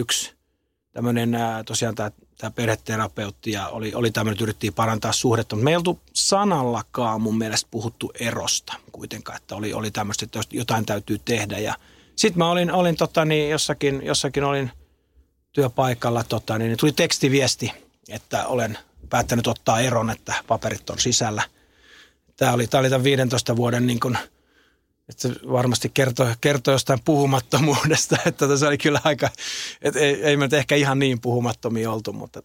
tosiaan tämä perheterapeutti ja oli tämmöinen, että yritettiin parantaa suhdetta, mutta me ei oltu sanallakaan mun mielestä puhuttu erosta kuitenkaan, että oli tämmöistä, että jotain täytyy tehdä ja sitten mä olin jossakin olin työpaikalla, niin tuli tekstiviesti, että olen päättänyt ottaa eron, että paperit on sisällä. Tämä oli tämän 15 vuoden niin kuin, että se varmasti kertoi jostain puhumattomuudesta, että se oli kyllä aika, että ei me ehkä ihan niin puhumattomia oltu, mutta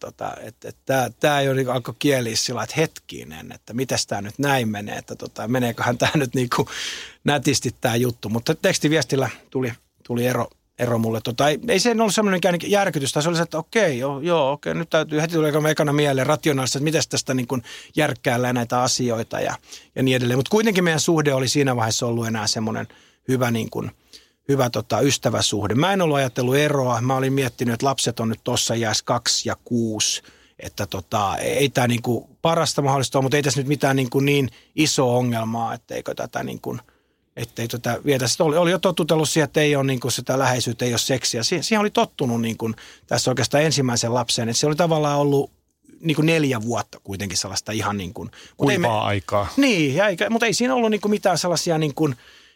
tämä ei ole alkoi kieliä sillä, että hetkinen, että mitäs tämä nyt näin menee, että meneeköhän tämä nyt niin kuin nätisti tämä juttu, mutta tekstiviestillä tuli ero mulle. Ei se ollut semmoinen järkytys, se oli se, että okei, nyt täytyy heti tulee ekana mieleen rationaalisesti, että miten tästä niin kuin järkkäällään näitä asioita ja niin edelleen. Mutta kuitenkin meidän suhde oli siinä vaiheessa ollut enää semmoinen hyvä ystäväsuhde. Mä en ollut ajatellut eroa. Mä olin miettinyt, että lapset on nyt tuossa iässä 2 ja 6, että ei tämä niin kuin parasta mahdollista ole, mutta ei tässä nyt mitään niin iso ongelmaa, etteikö tätä niin kuin ettei vietä. Oli jo tottutellut siihen, että ei ole niin kuin sitä läheisyyttä, ei ole seksiä. Siihen oli tottunut niin kuin tässä oikeastaan ensimmäisen lapseen. Että se oli tavallaan ollut niin kuin 4 vuotta kuitenkin sellaista ihan niin kuin. Kuivaa aikaa. Niin, mutta ei siinä ollut niin kuin mitään sellaisia niin kuin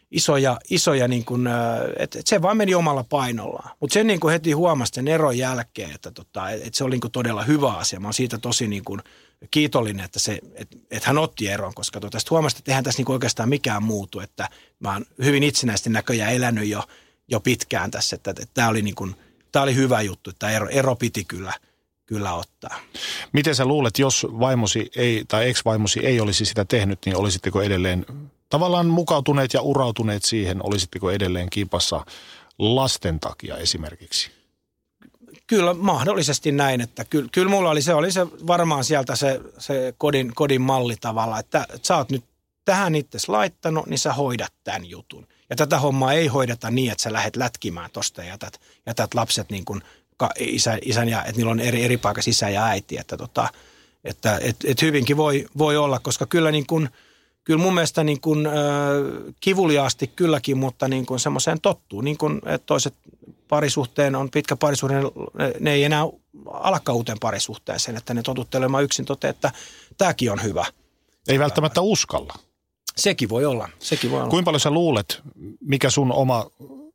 isoja niin kuin, että se vaan meni omalla painollaan. Mutta sen niin kuin heti huomasi sen eron jälkeen, että se oli niin kuin todella hyvä asia. Mä oon siitä tosi niin kuin kiitollinen, että hän otti eron, koska tästä huomasi, että eihän tässä niin kuin oikeastaan mikään muutu. Että mä oon hyvin itsenäisesti näköjään elänyt jo pitkään tässä, että tämä oli, niin kuin, tämä oli hyvä juttu, että ero piti kyllä ottaa. Miten sä luulet, jos vaimosi ei, tai ex-vaimosi ei olisi sitä tehnyt, niin olisitteko edelleen tavallaan mukautuneet ja urautuneet siihen, olisitteko edelleen kimpassa lasten takia esimerkiksi? Kyllä mahdollisesti näin, että kyllä mulla oli se varmaan sieltä se kodin malli tavalla, että sä oot nyt tähän itses laittanut, niin sä hoidat tämän jutun. Ja tätä hommaa ei hoideta niin, että sä lähdet lätkimään tosta ja jätät lapset niin kuin isän ja, että niillä on eri paikassa isä ja äiti, että hyvinkin voi olla, koska kyllä niin kuin kyllä mun mielestä niin kuin, kivuliaasti kylläkin, mutta niin kuin semmoiseen tottuu. Niin kuin, että toiset parisuhteen on pitkä parisuhde, ne ei enää alakaan uuteen parisuhteeseen, että ne totuttelemaan yksin että tämäkin on hyvä. Ei välttämättä uskalla. Sekin voi olla. Kuinka paljon sä luulet, mikä sun oma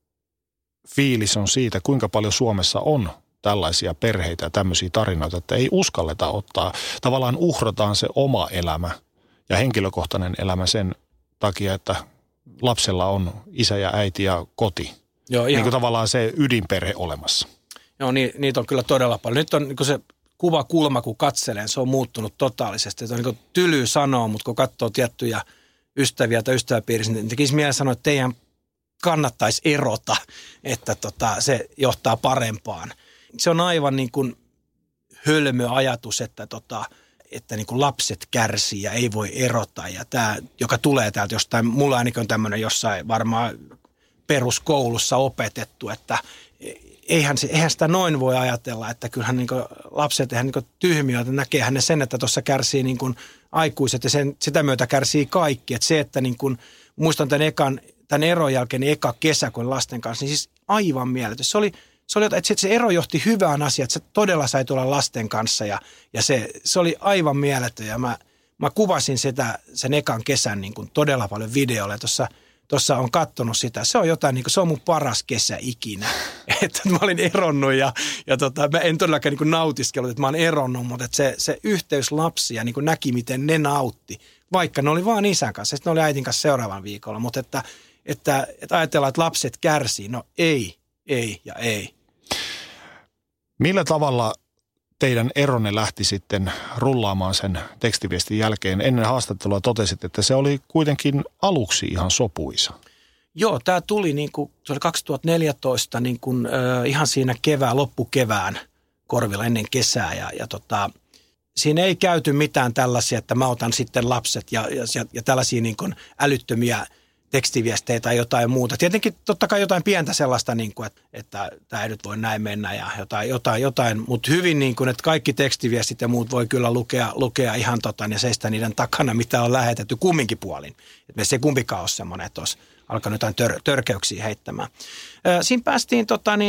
fiilis on siitä, kuinka paljon Suomessa on tällaisia perheitä ja tämmöisiä tarinoita, että ei uskalleta ottaa, tavallaan uhrataan se oma elämä ja henkilökohtainen elämä sen takia, että lapsella on isä ja äiti ja koti. Joo, niin kuin tavallaan se ydinperhe olemassa. Joo, niitä on kyllä todella paljon. Nyt on niin se kuvakulma, kun katselen, se on muuttunut totaalisesti. Se on niin tyly sanoa, mutta kun katsoo tiettyjä ystäviä tai ystäväpiirissä, niin tekisi mieleen sanoa, että teidän kannattaisi erota, että se johtaa parempaan. Se on aivan niin kuin hölmö ajatus, että niin kuin lapset kärsii ja ei voi erota. Ja tämä, joka tulee täältä jostain, mulla ainakin on tämmöinen jossain varmaan peruskoulussa opetettu, että eihän sitä noin voi ajatella, että kyllähän niin kuin lapset eihän niin kuin tyhmiä, että näkeehän ne sen, että tuossa kärsii niin kuin aikuiset ja sitä myötä kärsii kaikki. Että se, että niin kuin, muistan tämän eron jälkeen eka kesä, kun lasten kanssa, niin siis aivan mieletön. Se oli, että se ero johti hyvään asiaan, että se todella sai tulla lasten kanssa ja se oli aivan mieletön. Ja mä kuvasin sen ekan kesän niin kuin todella paljon videolla. Tuossa on katsonut sitä. Se on jotain, niin kuin, se on mun paras kesä ikinä. Että mä olin eronnut ja mä en todellakaan niin kuin nautiskellut, että mä olen eronnut, mutta että se yhteys lapsia niin kuin näki, miten ne nautti. Vaikka ne oli vaan isän kanssa, sitten ne oli äitin kanssa seuraavan viikolla. Mutta että ajatellaan, että lapset kärsii. No ei ja ei. Millä tavalla teidän eronne lähti sitten rullaamaan sen tekstiviestin jälkeen? Ennen haastattelua totesit, että se oli kuitenkin aluksi ihan sopuisa. Joo, tämä tuli se oli 2014 ihan siinä loppukevään korvilla ennen kesää ja siinä ei käyty mitään tällaisia, että mä otan sitten lapset ja tällaisia niin kuin älyttömiä tekstiviestejä tai jotain muuta. Tietenkin totta kai jotain pientä sellaista, niin kuin, että tämä ei nyt voi näin mennä ja jotain, mutta hyvin niin kuin, että kaikki tekstiviestit ja muut voi kyllä lukea ihan ja seistä niiden takana, mitä on lähetetty kumminkin puolin. Että me se kumpikaan ole semmoinen, että olisi alkanut jotain törkeyksiä heittämään. Siinä päästiin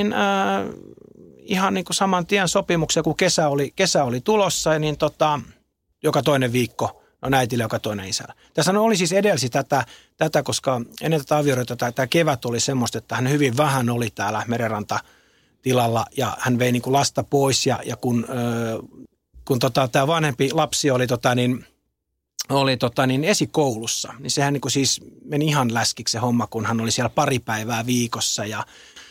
ihan niin kuin saman tien sopimukseen, kun kesä oli tulossa, niin joka toinen viikko on äitille, joka toinen isällä. Tässä oli siis edelsi tätä, koska ennen tätä avioliittoa tämä kevät oli semmoista, että hän hyvin vähän oli täällä Merenranta-tilalla ja hän vei niin kuin lasta pois ja kun tämä vanhempi lapsi oli, oli esikoulussa, niin sehän niin kuin siis meni ihan läskiksi se homma, kun hän oli siellä pari päivää viikossa ja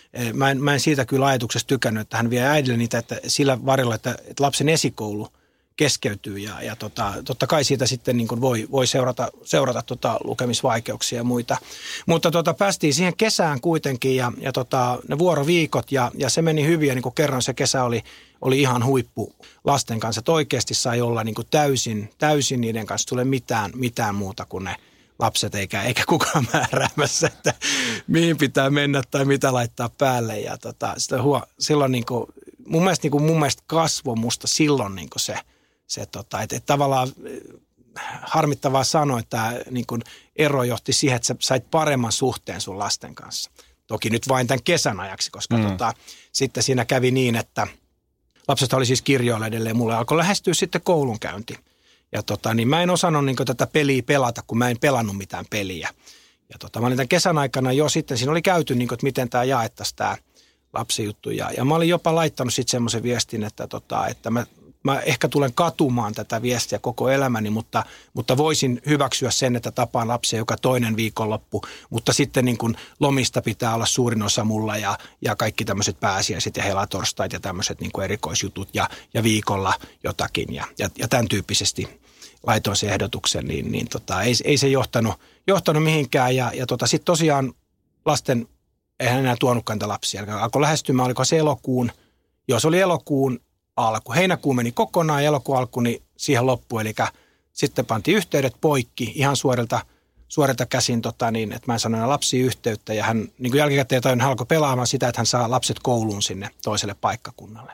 mä en siitä kyllä ajatuksesta tykännyt, että hän vie äidille niitä että sillä varjolla, että lapsen esikoulu keskeytyy ja totta kai siitä sitten niin kuin voi seurata lukemisvaikeuksia ja muita. Mutta päästiin siihen kesään kuitenkin ja ne vuoroviikot ja se meni hyvin ja niin kuin kerran se kesä oli ihan huippu lasten kanssa, että oikeasti sai olla niin kuin täysin niiden kanssa tule mitään muuta kuin ne lapset eikä kukaan määräämässä, että mihin pitää mennä tai mitä laittaa päälle ja silloin niin kuin, mun mielestä kasvoi musta silloin niin kuin se että tavallaan harmittavaa sanoa, että niin kuin ero johti siihen, että sä sait paremman suhteen sun lasten kanssa. Toki nyt vain tämän kesän ajaksi, koska sitten siinä kävi niin, että lapsesta oli siis kirjoilla edelleen. Mulle alkoi lähestyä sitten koulunkäynti. Ja niin mä en osannut niin kuin tätä peliä pelata, kun mä en pelannut mitään peliä. Ja mä olin tämän kesän aikana jo sitten, siinä oli käyty, niin kuin, että miten tämä jaettaisiin tämä lapsijuttu. Ja mä olin jopa laittanut sitten semmoisen viestin, että mä ehkä tulen katumaan tätä viestiä koko elämäni, mutta voisin hyväksyä sen, että tapaan lapsia joka toinen viikonloppu, mutta sitten niin kuin lomista pitää olla suurin osa mulla ja kaikki tämmöiset pääsiäiset ja helatorstaita ja tämmöiset niin kuin erikoisjutut ja viikolla jotakin ja tämän tyyppisesti laitoin sen ehdotuksen, niin ei se johtanut mihinkään ja sitten tosiaan lasten eihän enää tuonutkaan niitä lapsia. Alkoi lähestymään, oliko se elokuun, jos oli elokuun alku. Heinäkuu meni kokonaan ja elokuun alku niin siihen loppuun, eli sitten pantiin yhteydet poikki ihan suorilta käsin, että mä en sano enää lapsiin yhteyttä ja hän niin kuin jälkikäteen hän alkoi pelaamaan sitä, että hän saa lapset kouluun sinne toiselle paikkakunnalle.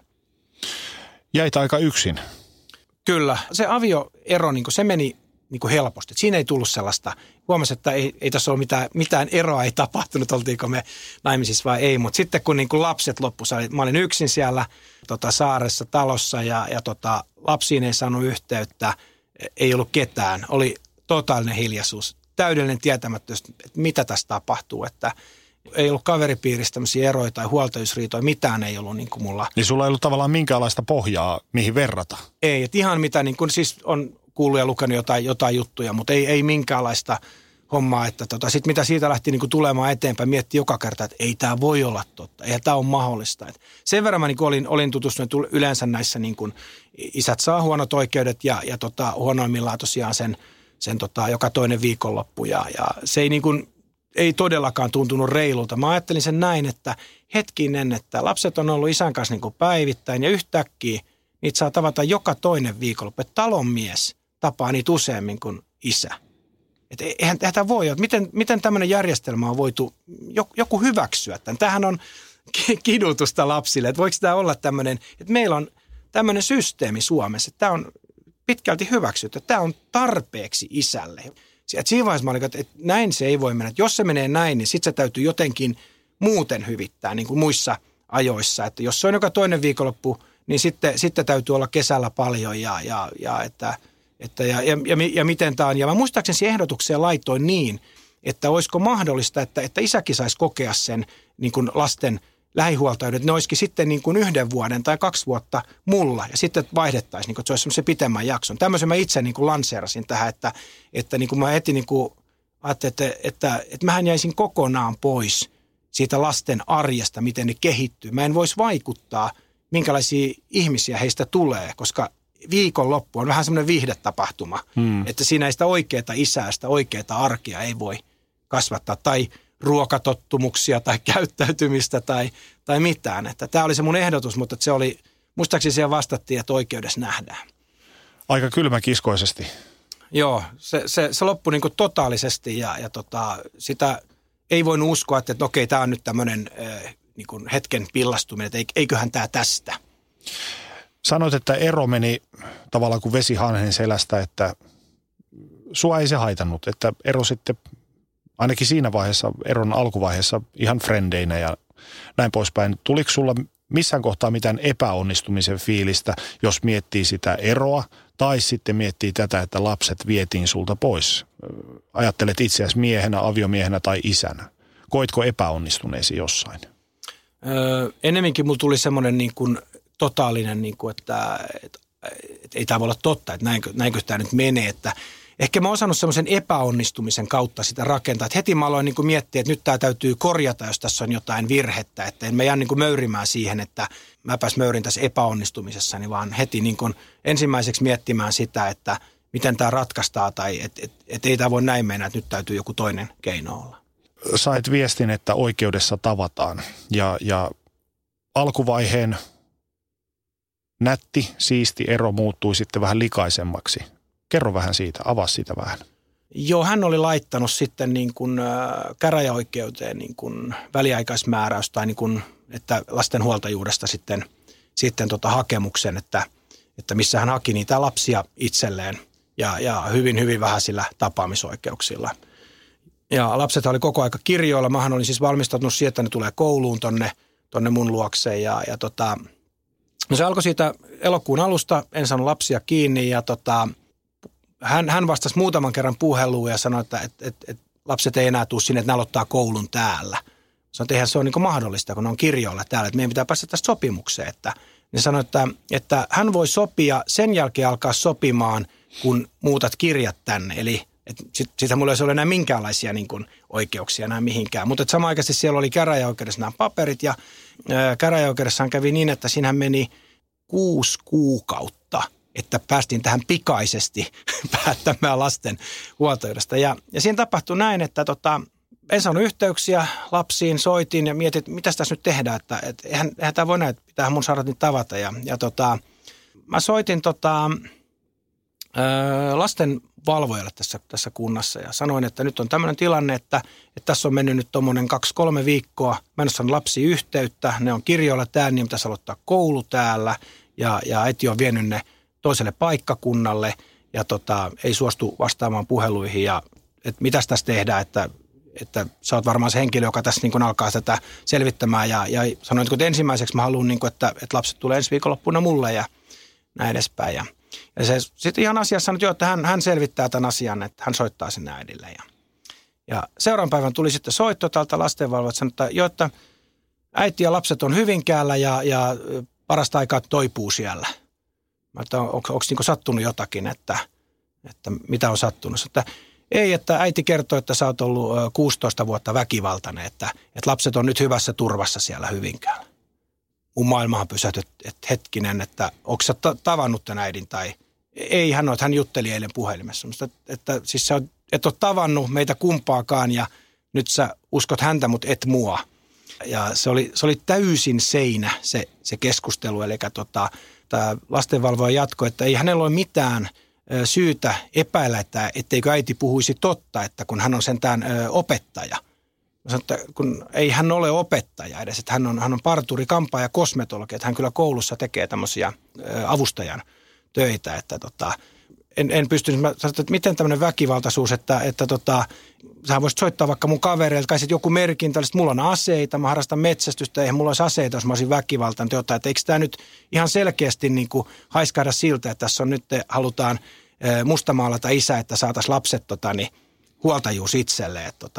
Jäit aika yksin. Kyllä. Se avioero, niin kuin se meni niin kuin helposti. Siinä ei tullut sellaista. Huomasi, että ei tässä ole mitään eroa, ei tapahtunut, oltiinko me naimisissa vai ei. Mutta sitten kun niin kuin lapset loppuivat, mä olin yksin siellä saaressa talossa ja lapsiin ei saanut yhteyttä, ei ollut ketään. Oli totaalinen hiljaisuus, täydellinen tietämättömyys, että mitä tässä tapahtuu, että ei ollut kaveripiirissä tämmöisiä eroja tai huoltajuusriitoja, mitään ei ollut niin kuin mulla. Niin sulla ei ollut tavallaan minkäänlaista pohjaa, mihin verrata? Ei, että ihan mitä niin kuin siis on kuullut ja lukenut jotain juttuja, mutta ei minkäänlaista hommaa, että sitten mitä siitä lähti niin kuin tulemaan eteenpäin, mietti joka kerta, että ei tämä voi olla totta, eihän tämä ole mahdollista. Et sen verran mä niin kuin olin tutustunut yleensä näissä niin kuin isät saa huonot oikeudet ja huonoimmillaan tosiaan sen joka toinen viikonloppu ja se ei niin kuin ei todellakaan tuntunut reilulta. Mä ajattelin sen näin, että hetkinen, että lapset on ollut isän kanssa niin kuin päivittäin ja yhtäkkiä niitä saa tavata joka toinen viikonloppu. Että talonmies tapaa niitä useammin kuin isä. Että eihän tämä voi olla. Miten tämmöinen järjestelmä on voitu joku hyväksyä? Tämähän on kidutusta lapsille. Että voiko tämä olla tämmöinen, että meillä on tämmöinen systeemi Suomessa, että tämä on pitkälti hyväksytty. Tämä on tarpeeksi isälle. Et siinä vaiheessa mä olin, että näin se ei voi mennä. Et jos se menee näin, niin sitten se täytyy jotenkin muuten hyvittää, niin kuin muissa ajoissa. Että jos se on joka toinen viikonloppu, niin sitten täytyy olla kesällä paljon ja miten tämä on. Ja mä muistaakseni ehdotukseen laitoin niin, että olisiko mahdollista, että isäkin saisi kokea sen niin kuin lasten lähihuoltajuudet. Ne olisikin sitten niin kuin 1 vuoden tai 2 vuotta mulla ja sitten vaihdettaisiin, niin kuin, että se olisi semmoisen pitemmän jakson. Tämmöisen mä itse niin kuin lanseerasin tähän, että niin kuin mä heti niin kuin ajattelin, että mähän jäisin kokonaan pois siitä lasten arjesta, miten ne kehittyy. Mä en voisi vaikuttaa, minkälaisia ihmisiä heistä tulee, koska viikonloppu on vähän semmoinen viihdetapahtuma, että siinä ei sitä oikeaa isää, sitä oikeaa arkea ei voi kasvattaa tai ruokatottumuksia tai käyttäytymistä tai mitään. Että tämä oli se mun ehdotus, mutta se oli, muistaakseni siellä vastattiin, että oikeudessa nähdään. Aika kylmäkiskoisesti. Joo, se loppui niin kuin totaalisesti ja sitä ei voinut uskoa, että okei, tämä on nyt tämmöinen niin kuin hetken pillastuminen, että eiköhän tämä tästä. Sanoit, että ero meni tavallaan kuin vesi hanhen selästä, että sua ei se haitannut, että ero sitten ainakin siinä vaiheessa, eron alkuvaiheessa ihan frendeinä ja näin poispäin. Tuliko sulla missään kohtaa mitään epäonnistumisen fiilistä, jos miettii sitä eroa tai sitten miettii tätä, että lapset vietiin sulta pois? Ajattelet itseäsi miehenä, aviomiehenä tai isänä. Koitko epäonnistuneesi jossain? Ennemminkin mulla tuli semmoinen niin kuin totaalinen, niin kuin, että ei tämä voi olla totta, että näinkö tämä nyt menee, että ehkä mä oon osannut semmoisen epäonnistumisen kautta sitä rakentaa. Että heti mä aloin niin kuin miettiä, että nyt tämä täytyy korjata, jos tässä on jotain virhettä. Että en mä jää niin kuin möyrimään siihen, että mäpäs möyrin tässä epäonnistumisessani, vaan heti niin kuin ensimmäiseksi miettimään sitä, että miten tämä ratkaistaan tai että ei tämä voi näin mennä, että nyt täytyy joku toinen keino olla. Sait viestin, että oikeudessa tavataan ja alkuvaiheen nätti, siisti ero muuttui sitten vähän likaisemmaksi. Kerro vähän siitä, avaa sitä vähän. Joo, hän oli laittanut sitten niin kuin käräjäoikeuteen niin kuin väliaikaismääräys tai niin kuin, että lastenhuoltajuudesta sitten hakemuksen, että missä hän haki niitä lapsia itselleen ja hyvin, hyvin vähäisillä tapaamisoikeuksilla. Ja lapset oli koko aika kirjoilla. Mähän olin siis valmistautunut siihen, että ne tulee kouluun tonne mun luokseen no se alkoi siitä elokuun alusta, en saanut lapsia kiinni ja hän vastasi muutaman kerran puheluun ja sanoi, että lapset ei enää tule sinne, että ne aloittaa koulun täällä. Sanoin, että eihän se ole niin mahdollista, kun ne on kirjoilla täällä, että meidän pitää päästä tästä sopimukseen. Ne sanoi, että hän voi sopia, sen jälkeen alkaa sopimaan, kun muutat kirjat tänne. Eli siitä mulla ei ole enää minkäänlaisia niin kuin oikeuksia enää mihinkään. Mutta samanaikaisesti siellä oli käräjäoikeudessa nämä paperit ja käräjäoikeudessaan kävi niin, että siinähän meni 6 kuukautta, että päästiin tähän pikaisesti päättämään lasten huoltajuudesta. Ja siinä tapahtui näin, että en saanut yhteyksiä lapsiin, soitin ja mietin, että mitäs tässä nyt tehdään, että eihän tämä voi näin, että pitäähän mun saada niitä tavata. Ja mä soitin lasten valvojalle tässä kunnassa ja sanoin, että nyt on tämmöinen tilanne, että tässä on mennyt nyt tuommoinen 2-3 viikkoa. Mä en ole saanut lapsiin yhteyttä, ne on kirjoilla täällä, niin pitäisi aloittaa koulu täällä ja äiti on vienyt ne toiselle paikkakunnalle ja ei suostu vastaamaan puheluihin ja että mitäs tässä tehdään, että sä oot varmaan se henkilö, joka tässä niin kuin alkaa tätä selvittämään ja sanoin, että ensimmäiseksi mä haluan, niin kuin, että lapset tulee ensi viikonloppuna mulle ja näin edespäin. Ja se sitten ihan asiassa sanoi, että hän selvittää tämän asian, että hän soittaa sinne äidille. Ja seuraavan päivän tuli sitten soitto täältä lastenvalvojat, sanoi, että äiti ja lapset on Hyvinkäällä ja parasta aikaa toipuu siellä. Mä että onko niin sattunut jotakin, että mitä on sattunut. Että ei, että äiti kertoi, että sä oot ollut 16 vuotta väkivaltainen, että lapset on nyt hyvässä turvassa siellä Hyvinkäällä. Mun maailmahan pysähtyi, että hetkinen, että onko sä tavannut tämän äidin tai ei, hän jutteli eilen puhelimessa. Että siis sä et ole tavannut meitä kumpaakaan ja nyt sä uskot häntä, mutta et mua. Ja se oli täysin seinä se keskustelu, eli tämä lastenvalvoja jatkoi, että ei hänellä ole mitään syytä epäillä, etteikö äiti puhuisi totta, että kun hän on sentään opettaja. Mä sanoin, että kun ei hän ole opettaja edes, että hän on parturi, kampaaja ja kosmetologi, että hän kyllä koulussa tekee tämmöisiä avustajan töitä, että en pystynyt, mä sanoin, että miten tämmöinen väkivaltaisuus, että sä voisit soittaa vaikka mun kavereille, kai joku merkintä, että mulla on aseita, mä harrastan metsästystä, eihän mulla olisi aseita, jos mä olisin väkivaltainen jotain, että eikö tämä nyt ihan selkeästi niin kuin haiskaida siltä, että tässä on nyt halutaan mustamaalata isä, että saataisiin lapset huoltajuus itselleen, että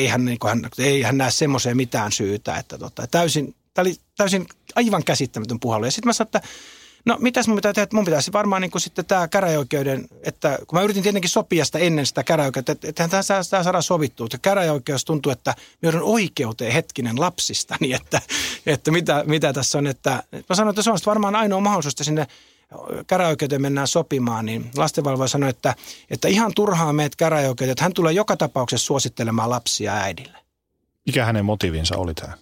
ei hän näe semmoiseen mitään syytä, että tämä oli täysin aivan käsittämätön puhelu. Ja sitten mä sanoin, että no mitäs mun pitää tehdä, mun pitäisi varmaan niin kuin sitten tämä käräjäoikeuden, että kun mä yritin tietenkin sopia sitä ennen sitä käräjäoikeutta, että tämä saadaan sovittua, että käräjäoikeus tuntuu, että mä joudun oikeuteen hetkinen lapsistani, että mitä tässä on, että mä sanoin, että se on varmaan ainoa mahdollisuus, että sinne käräjäoikeuteen mennään sopimaan, niin lastenvalvoja sanoi, että ihan turhaan meet käräjäoikeuteen, että hän tulee joka tapauksessa suosittelemaan lapsia äidille. Mikä hänen motiivinsa oli tähän?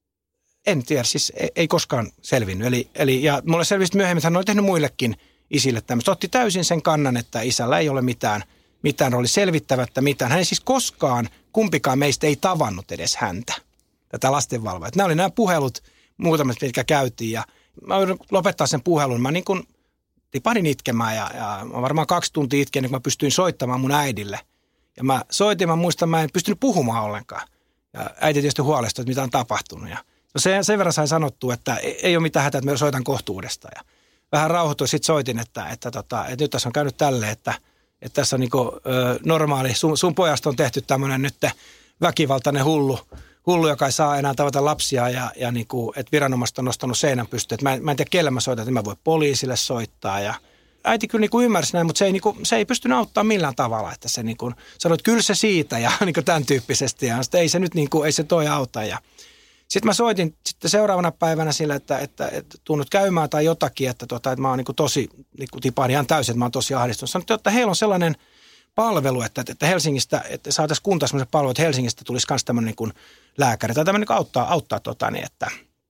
En tiedä, siis ei koskaan selvinnyt. Ja mulle selvisi myöhemmin, että hän oli tehnyt muillekin isille tämmöistä. Otti täysin sen kannan, että isällä ei ole mitään mitään oli selvittämättä mitään. Hän ei siis koskaan, kumpikaan meistä ei tavannut edes häntä, tätä lastenvalvojaa. Nämä oli nämä puhelut muutamat, mitkä käytiin ja mä yritin lopettaa sen puhelun. Mä niin kuin tipahdin itkemään ja mä varmaan 2 tuntia itken, niin kun mä pystyin soittamaan mun äidille. Ja mä soitin, mä muistan, mä en pystynyt puhumaan ollenkaan. Ja äiti tietysti huolestui, että mitä on tapahtunut. Ja sen verran sain sanottua, että ei ole mitään hätää, että mä soitan kohta uudestaan. Ja vähän rauhoituin, sitten soitin, että nyt tässä on käynyt tälleen, että tässä on niinku, normaali, sun pojasta on tehty tämmöinen nyt väkivaltainen hullu, joka ei saa enää tavata lapsia ja niinku, että viranomaiset on nostanut seinän pystyyn. Mä en tiedä, kelle mä soitan, että mä voi poliisille soittaa ja äiti kyllä niinku ymmärsi näin, mutta se ei pystynyt auttamaan millään tavalla, että se niinku sanoi, että kyllä se siitä ja niinku tämän tyyppisesti ja ei se nyt niinku, ei se toi auta ja sitten mä soitin sitten seuraavana päivänä sillä, että tunnut käymään tai jotakin, että mä oon niinku tosi, niinku tipaan ihan täysin, että mä oon tosi ahdistunut. Sanoin, että heillä on sellainen palvelu, että Helsingistä, että saataisiin kuntaan sellainen palvelu, että Helsingistä tulisi myös tämmöinen niin kuin lääkäri tai tämmöinen auttaa että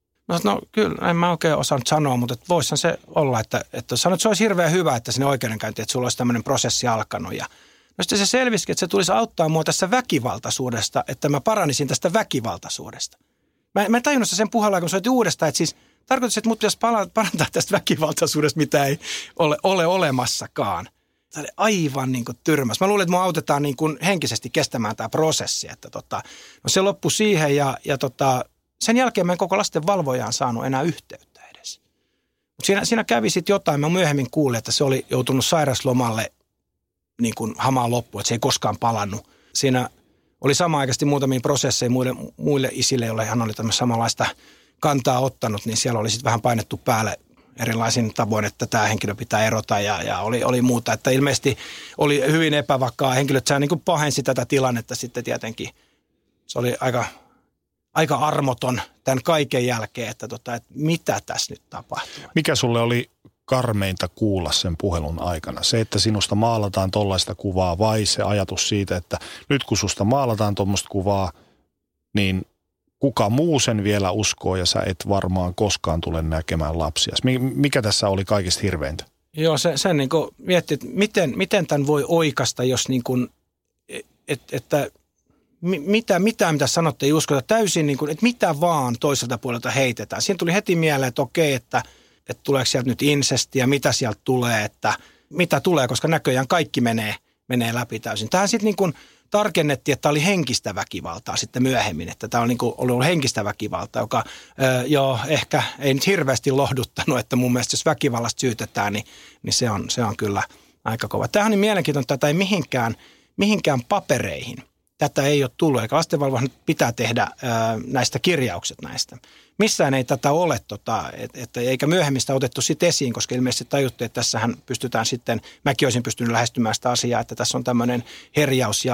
no kyllä, en mä oikein osannut sanoa, mutta voisihan se olla, että sanoit, että se olisi hirveän hyvä, että sinne oikeudenkäyntiin, että sulla olisi tämmöinen prosessi alkanut ja no sitten se selvisikin, että se tulisi auttaa mua tässä väkivaltaisuudesta, että mä paranisin tästä väkivaltaisuudesta. Mä en tajunnut sen puheella, kun soitin uudestaan, että siis tarkoitus, että mut pitäisi parantaa tästä väkivaltaisuudesta, mitä ei ole olemassakaan. Tämä oli aivan niin kuin tyrmäs. Mä luulin, että mua autetaan niin kuin henkisesti kestämään tämä prosessi. Että no se loppui siihen ja sen jälkeen mä en koko lastenvalvojaan saanut enää yhteyttä edes. Mutta siinä kävi sitten jotain. Mä myöhemmin kuulin, että se oli joutunut sairaslomalle niin kuin hamaan loppuun, että se ei koskaan palannut. Siinä oli samaaikaisesti muutamia prosesseja muille isille, joille hän oli tämmöistä samanlaista kantaa ottanut, niin siellä oli sitten vähän painettu päälle erilaisin tavoin, että tämä henkilö pitää erota ja oli muuta. Että ilmeisesti oli hyvin epävakaa henkilöt, sehän niin kuin pahensi tätä tilannetta sitten tietenkin. Se oli aika armoton tämän kaiken jälkeen, että mitä tässä nyt tapahtuu. Mikä sulle oli karmeinta kuulla sen puhelun aikana? Se, että sinusta maalataan tollaista kuvaa vai se ajatus siitä, että nyt kun susta maalataan tuommoista kuvaa, niin kuka muu sen vielä uskoo ja sä et varmaan koskaan tule näkemään lapsia. Mikä tässä oli kaikista hirveintä? Joo, sen niin kuin miettii, että miten tämän voi oikaista, jos niin kuin, että mitä sanotte ei uskota täysin, niin kuin, että mitä vaan toiselta puolelta heitetään. Siinä tuli heti mieleen, että okei, että tuleeko sieltä nyt insestiä, mitä sieltä tulee, että mitä tulee, koska näköjään kaikki menee läpi täysin. Tähän sitten niin kuin tarkennettiin, että tämä oli henkistä väkivaltaa sitten myöhemmin, että tämä on niin kuin ollut henkistä väkivaltaa, joka ehkä ei nyt hirveästi lohduttanut, että mun mielestä jos väkivallasta syytetään, niin se on kyllä aika kova. Tämähän on niin mielenkiintoista, että ei mihinkään papereihin. Tätä ei ole tullut, eikä lastenvalvohan pitää tehdä näistä kirjaukset näistä. Missään ei tätä ole, eikä myöhemmin sitä otettu sitten esiin, koska ilmeisesti tajuttiin, että tässähän pystytään sitten, mäkin olisin pystynyt lähestymään sitä asiaa, että tässä on tämmöinen herjaus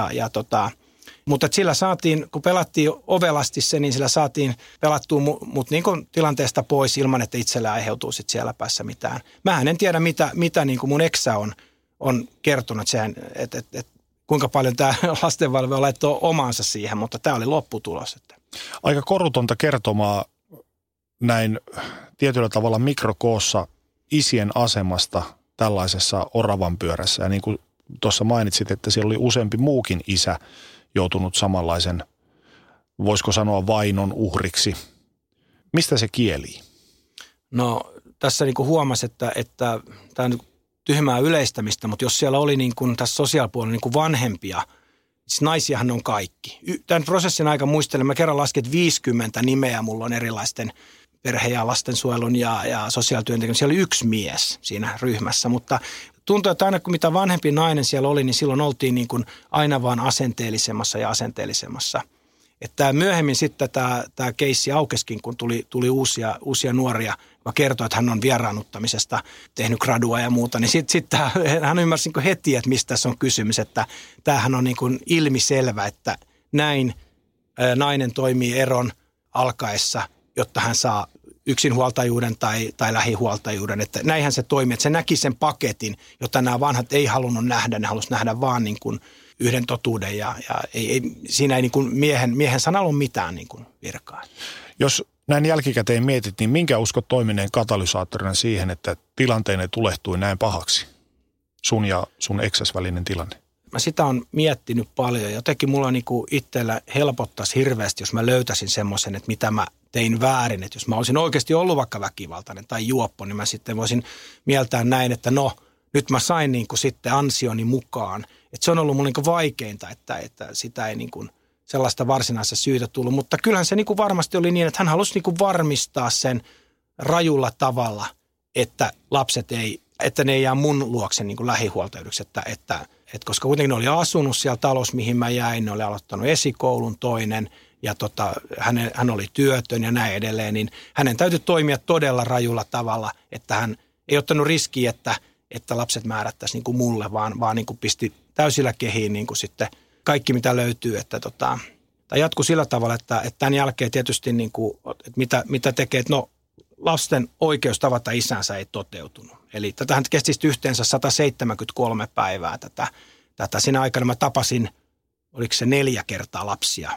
mutta sillä saatiin, kun pelattiin ovelasti se, niin sillä saatiin pelattua mut niin kuin tilanteesta pois ilman, että itselle aiheutuu sitten siellä päässä mitään. Mähän en tiedä, mitä niin kuin mun eksä on kertonut, että kuinka paljon tämä lastenvalvoja laittoi omaansa siihen, mutta tämä oli lopputulos. Aika korutonta kertomaa näin tietyllä tavalla mikrokoossa isien asemasta tällaisessa oravan pyörässä. Ja niin kuin tuossa mainitsit, että siellä oli useampi muukin isä joutunut samanlaisen, voisiko sanoa vainon uhriksi. Mistä se kielii? No tässä niin kuin huomasi, että tämä on tyhmää yleistämistä, mutta jos siellä oli niin kuin tässä sosiaalipuolella niin kuin vanhempia, siis naisiahan on kaikki. Tämän prosessin aika muistelen, mä kerran lasken 50 nimeä, mulla on erilaisten perhe- ja lastensuojelun ja sosiaalityöntekijän. Siellä oli yksi mies siinä ryhmässä, mutta tuntuu, että aina kun mitä vanhempi nainen siellä oli, niin silloin oltiin niin kuin aina vaan asenteellisemmassa. Että myöhemmin sitten tämä keissi aukeskin, kun tuli uusia nuoria, joka kertoi, että hän on vieraannuttamisesta tehnyt gradua ja muuta, niin sitten hän ymmärsi niin heti, että mistä tässä on kysymys, että tämähän on niin kuin ilmiselvä, että näin nainen toimii eron alkaessa, jotta hän saa yksinhuoltajuuden tai lähihuoltajuuden, että näinhän se toimii, että se näki sen paketin, jota nämä vanhat ei halunnut nähdä, ne halusi nähdä vaan niin kuin yhden totuuden ja siinä ei niin kuin miehen sanalla ole mitään niin kuin virkaa. Jos näin jälkikäteen mietit, niin minkä uskot toimineen katalysaattorina siihen, että tilanteenne tulehtui näin pahaksi? Sun ja sun eksäs välinen tilanne? mä sitä on miettinyt paljon. Jotenkin mulla niinku itsellä helpottaisi hirveästi, jos mä löytäisin semmoisen, että mitä mä tein väärin. Että jos mä olisin oikeasti ollut vaikka väkivaltainen tai juoppo, niin mä sitten voisin mieltää näin, että no, nyt mä sain niinku sitten ansioni mukaan. Että se on ollut mulle niinku vaikeinta, että sitä ei niinku sellaista varsinaista syytä tullut. Mutta kyllähän se niinku varmasti oli niin, että hän halusi niinku varmistaa sen rajulla tavalla, että lapset että ne ei jää mun luokse niin kuin lähihuoltajuudeksi, että koska kuitenkin ne oli asunut siellä talossa, mihin mä jäin, ne oli aloittanut esikoulun toinen ja hän oli työtön ja näin edelleen, niin hänen täytyy toimia todella rajulla tavalla, että hän ei ottanut riskiä, että lapset määrättäisiin niin kuin mulle, vaan niin kuin pisti täysillä kehiin niin kuin sitten kaikki, mitä löytyy, tai jatkui sillä tavalla, että tämän jälkeen tietysti, niin kuin, että mitä tekee, että no, lasten oikeus tavata isänsä ei toteutunut. Eli tätähän kesti yhteensä 173 päivää tätä. Siinä aikana mä tapasin, oliko se 4 kertaa lapsia.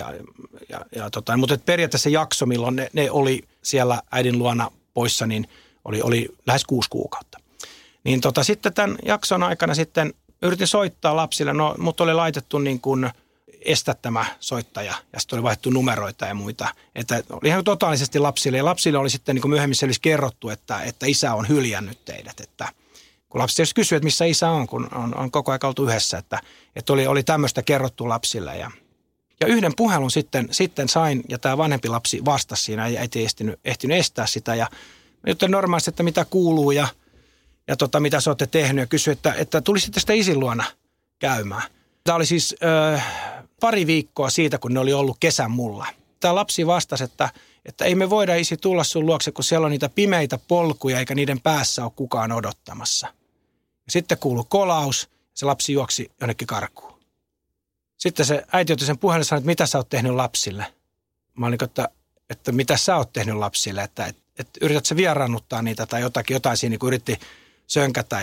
Mutta periaatteessa se jakso, milloin ne oli siellä äidin luona poissa, niin oli lähes 6 kuukautta. Niin sitten tämän jakson aikana sitten yritin soittaa lapsille. No, mut oli laitettu niin kuin estä tämä soittaja ja sitten oli vaihdettu numeroita ja muita. Että oli ihan totaalisesti lapsille. Ja lapsille oli sitten niin kuin myöhemmin olisi kerrottu, että isä on hyljännyt teidät. Että kun lapset jos kysyy, että missä isä on, kun on koko ajan oltu yhdessä. Että oli tämmöistä kerrottu lapsille. Ja yhden puhelun sitten sain ja tämä vanhempi lapsi vastasi siinä ja ei ehtinyt estää sitä. Ja juttelin normaalisti, että mitä kuuluu ja mitä sä olette tehnyt ja kysyi, että tulisitte sitä isin luona käymään. Tämä oli siis pari viikkoa siitä, kun ne oli ollut kesän mulla. Tämä lapsi vastasi, että ei me voida isi tulla sun luokse, kun siellä on niitä pimeitä polkuja eikä niiden päässä ole kukaan odottamassa. Ja sitten kuului kolaus ja se lapsi juoksi jonnekin karkuun. Sitten se äiti otti sen puhelun ja sanoi, että mitä sä oot tehnyt lapsille. Mä olin, että mitä sä oot tehnyt lapsille, että yrität sä vieraannuttaa niitä tai jotain siinä niin yritti sönkätä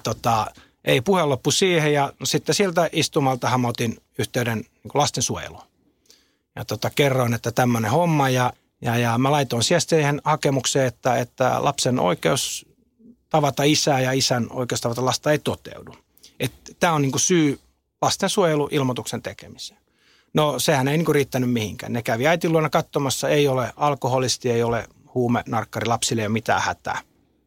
ei puheen loppu siihen ja sitten siltä istumalta mä otin yhteyden niin lastensuojeluun. Ja kerroin, että tämmöinen homma ja mä laitoin siellä siihen hakemukseen, että lapsen oikeus tavata isää ja isän oikeus tavata lasta ei toteudu. Tämä on niin kuin syy lastensuojeluilmoituksen tekemiseen. No sehän ei niin kuin riittänyt mihinkään. Ne kävi äitin luona katsomassa, ei ole alkoholisti, ei ole huumenarkkari, lapsille ei ole mitään hätää.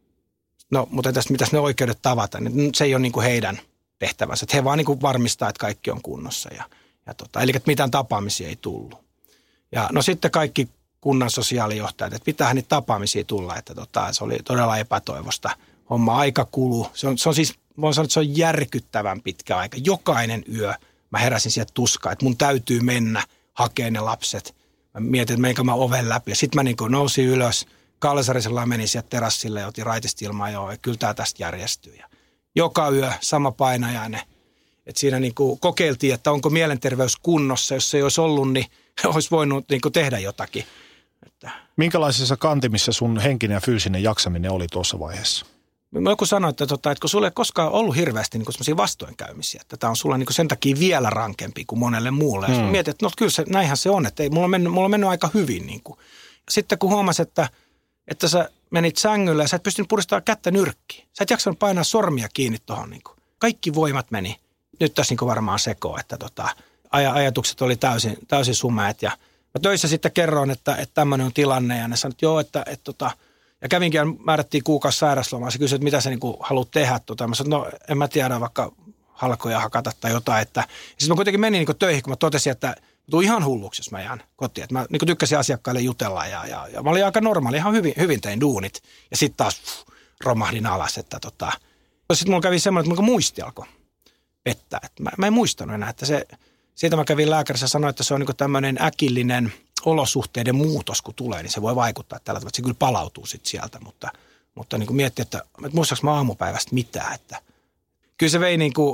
No, mutta mitäs ne oikeudet tavata, niin se ei ole niin kuin heidän tehtävänsä. Että he vaan niin kuin varmistaa, että kaikki on kunnossa. Eli että mitään tapaamisia ei tullut. Ja no sitten kaikki kunnan sosiaalijohtajat, että pitäähän niitä tapaamisia tulla. Että se oli todella epätoivosta. Homma aika kuluu. Se on siis, voin sanoa, että se on järkyttävän pitkä aika. Jokainen yö mä heräsin sieltä tuskaan, että mun täytyy mennä hakemaan ne lapset. Mä mietin, että menenkö mä oven läpi. Ja sitten mä niin kuin nousin ylös. Kalsarisella meni sieltä terassille ja otin raitista ilmaa, joo, kyllä tämä tästä järjestyy. Ja joka yö sama painajainen. Että siinä niin kuin kokeiltiin, että onko mielenterveys kunnossa. Jos se ei olisi ollut, niin olisi voinut niin kuin tehdä jotakin. Minkälaisissa kantimissa sun henkinen ja fyysinen jaksaminen oli tuossa vaiheessa? Mä joku sanoi, että kun sulla ei koskaan ollut hirveästi niin sellaisia vastoinkäymisiä, että tämä on sulla niin sen takia vielä rankempi kuin monelle muulle. Ja mietin, että no kyllä näinhän se on, että mulla on mennyt aika hyvin. Niin kuin. Sitten kun huomasin, että sä menit sängyllä ja sä et pystynyt puristamaan kättä nyrkkiin. Sä et jaksanut painaa sormia kiinni tuohon. Niin kaikki voimat meni. Nyt tässä niin varmaan sekoa, että ajatukset oli täysin sumeet. Ja mä töissä sitten kerroin, että tämmöinen on tilanne ja ne sanoivat, että joo, että ja kävinkin ja määrättiin kuukausi sairaslomaa. Se kysyi, että mitä sä niin haluat tehdä. Mä sanoin, no en mä tiedä, vaikka halkoja hakata tai jotain. Sitten mä kuitenkin menin niin töihin, kun mä totesin, että tuun ihan hulluksi, jos mä jään kotiin. Että mä niin tykkäsin asiakkaille jutella ja mä olin aika normaali, ihan hyvin tein duunit. Ja sitten taas romahdin alas. Sitten mulla kävi semmoinen, että mun muisti alkoi pettää. Että mä en muistanut enää, että siitä mä kävin lääkärissä ja sanoin, että se on niin tämmöinen äkillinen olosuhteiden muutos, kun tulee, niin se voi vaikuttaa tällä tavalla. Se kyllä palautuu sitten sieltä, mutta niin kuin miettii, että muistaaks mä aamupäivästä mitään. Että kyllä se vei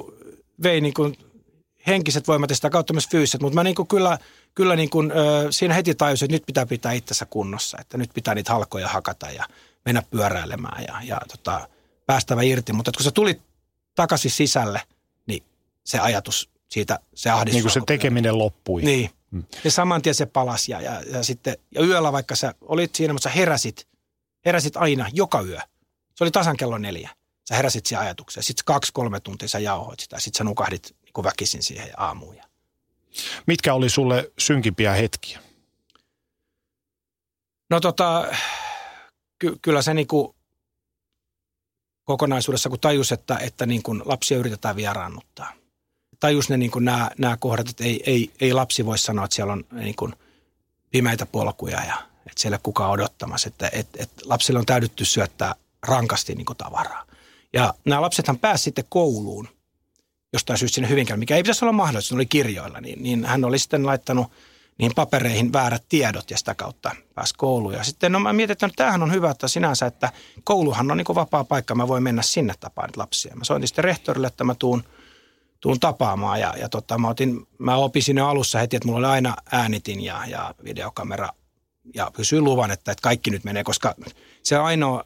niin kuin henkiset voimat ja sitä kautta myös fyysiset, mutta mä niin kuin kyllä niin kuin, siinä heti tajusin, että nyt pitää itsensä kunnossa, että nyt pitää niitä halkoja hakata ja mennä pyöräilemään ja päästävä irti. Mutta kun sä tulit takaisin sisälle, niin se ajatus siitä, se ahdistus. Niin kuin se tekeminen loppui. Niin. Ja saman tien se palasi ja sitten ja yöllä vaikka sä olit siinä, mutta sä heräsit aina joka yö. Se oli tasan kello 4. Sä heräsit siihen ajatukseen. Sitten 2-3 tuntia sä jauhoit sitä. Sitten sä nukahdit niin kun väkisin siihen aamuun. Mitkä oli sulle synkimpiä hetkiä? No kyllä se niinku kokonaisuudessa, kun tajus, että niin kuin lapsia yritetään vieraannuttaa. Tajus ne niin kuin nämä kohdat, että ei lapsi voi sanoa, että siellä on niin kuin pimeitä polkuja ja että siellä ei ole kukaan odottamassa. Että lapsille on täydytty syöttää rankasti niin kuin tavaraa. Ja nämä lapsethan pääsi sitten kouluun jostain syystä sinne Hyvinkäälle, mikä ei pitäisi olla mahdollista, ne oli kirjoilla. Niin hän oli sitten laittanut niihin papereihin väärät tiedot ja sitä kautta pääsi kouluun. Ja sitten mä mietin, että tämähän on hyvä, että sinänsä, että kouluhan on niin kuin vapaa paikka, mä voin mennä sinne tapaan lapsia. Mä soitin sitten rehtorille, että mä tuun tapaamaan mä opin sinne alussa heti, että mulla oli aina äänitin ja videokamera ja kysyin luvan, että kaikki nyt menee, koska se ainoa,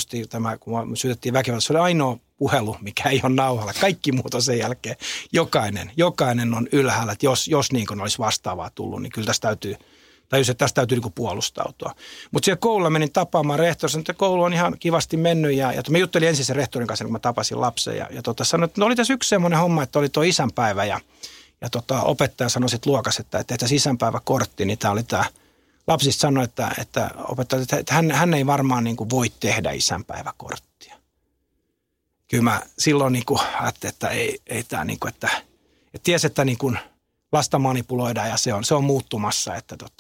kun syytettiin väkivaltaa, se oli ainoa puhelu, mikä ei ole nauhalla. Kaikki muut on sen jälkeen. Jokainen on ylhäällä, että jos niin kuin olisi vastaavaa tullut, niin kyllä tästä täytyy niin kuin puolustautua. Mutta siellä koululla menin tapaamaan rehtoria, että koulu on ihan kivasti mennyt ja mä juttelin ensin sen rehtorin kanssa, kun mä tapasin lapsen ja sanoin, että oli tässä yksi semmoinen homma, että oli tuo isänpäivä ja opettaja sanoi sitten luokassa, että tässä isänpäiväkortti, niin tämä oli tämä. Lapsista sanoi, että opettaja, että hän ei varmaan niin kuin voi tehdä isänpäiväkorttia. Kyllä mä silloin niin kuin ajattelin, että ei tämä niin kuin, että tiesi, että niin kuin lasta manipuloidaan ja se on muuttumassa.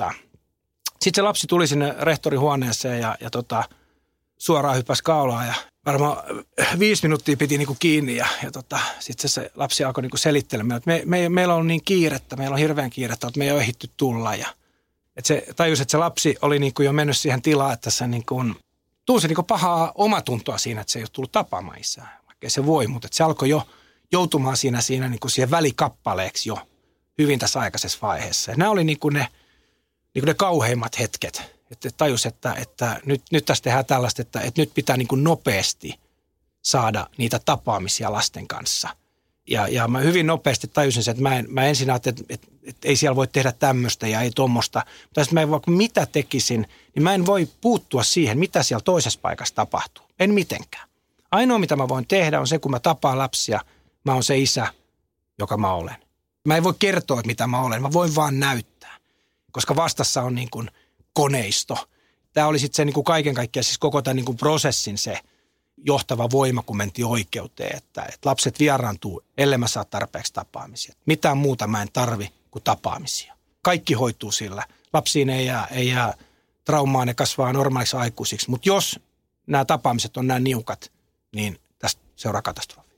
Sitten se lapsi tuli sinne rehtorihuoneeseen ja suoraan hyppäsi kaulaan ja varmaan 5 minuuttia piti niin kuin kiinni ja sitten se lapsi alkoi niin kuin selittelemään, että meillä on niin kiirettä, meillä on hirveän kiirettä, että me ei ole ehditty tulla ja että se tajus, että se lapsi oli niin kuin jo mennyt siihen tilaan, että se niin kuin tunsi niin kuin pahaa omatuntoa siinä, että se ei ole tullut tapaamaan isää, vaikka se voi, mutta että se alkoi jo joutumaan siinä niin kuin siihen välikappaleeksi jo hyvin tässä aikaisessa vaiheessa. Ja nämä oli niin kuin ne kauheimmat hetket, että tajus, että nyt tässä tehdään tällaista, että nyt pitää niin kuin nopeasti saada niitä tapaamisia lasten kanssa. Ja mä hyvin nopeasti tajusin sen, että mä ensin ajattelin, että ei siellä voi tehdä tämmöistä ja ei tuommoista. Mutta sitten mä en vaikka mitä tekisin, niin mä en voi puuttua siihen, mitä siellä toisessa paikassa tapahtuu. En mitenkään. Ainoa, mitä mä voin tehdä, on se, kun mä tapaan lapsia, mä oon se isä, joka mä olen. Mä en voi kertoa, että mitä mä olen. Mä voin vaan näyttää, koska vastassa on niin kuin koneisto. Tämä oli sitten se niin kuin kaiken kaikkiaan, siis koko tämän niin kuin prosessin se johtava voima, kun mentiin oikeuteen, että lapset vieraantuu, ellei mä saa tarpeeksi tapaamisia. Mitään muuta mä en tarvi kuin tapaamisia. Kaikki hoituu sillä. Lapsiin ei jää traumaa, ne kasvaa normaaliksi aikuisiksi. Mutta jos nämä tapaamiset on nämä niukat, niin tästä seuraa katastrofi.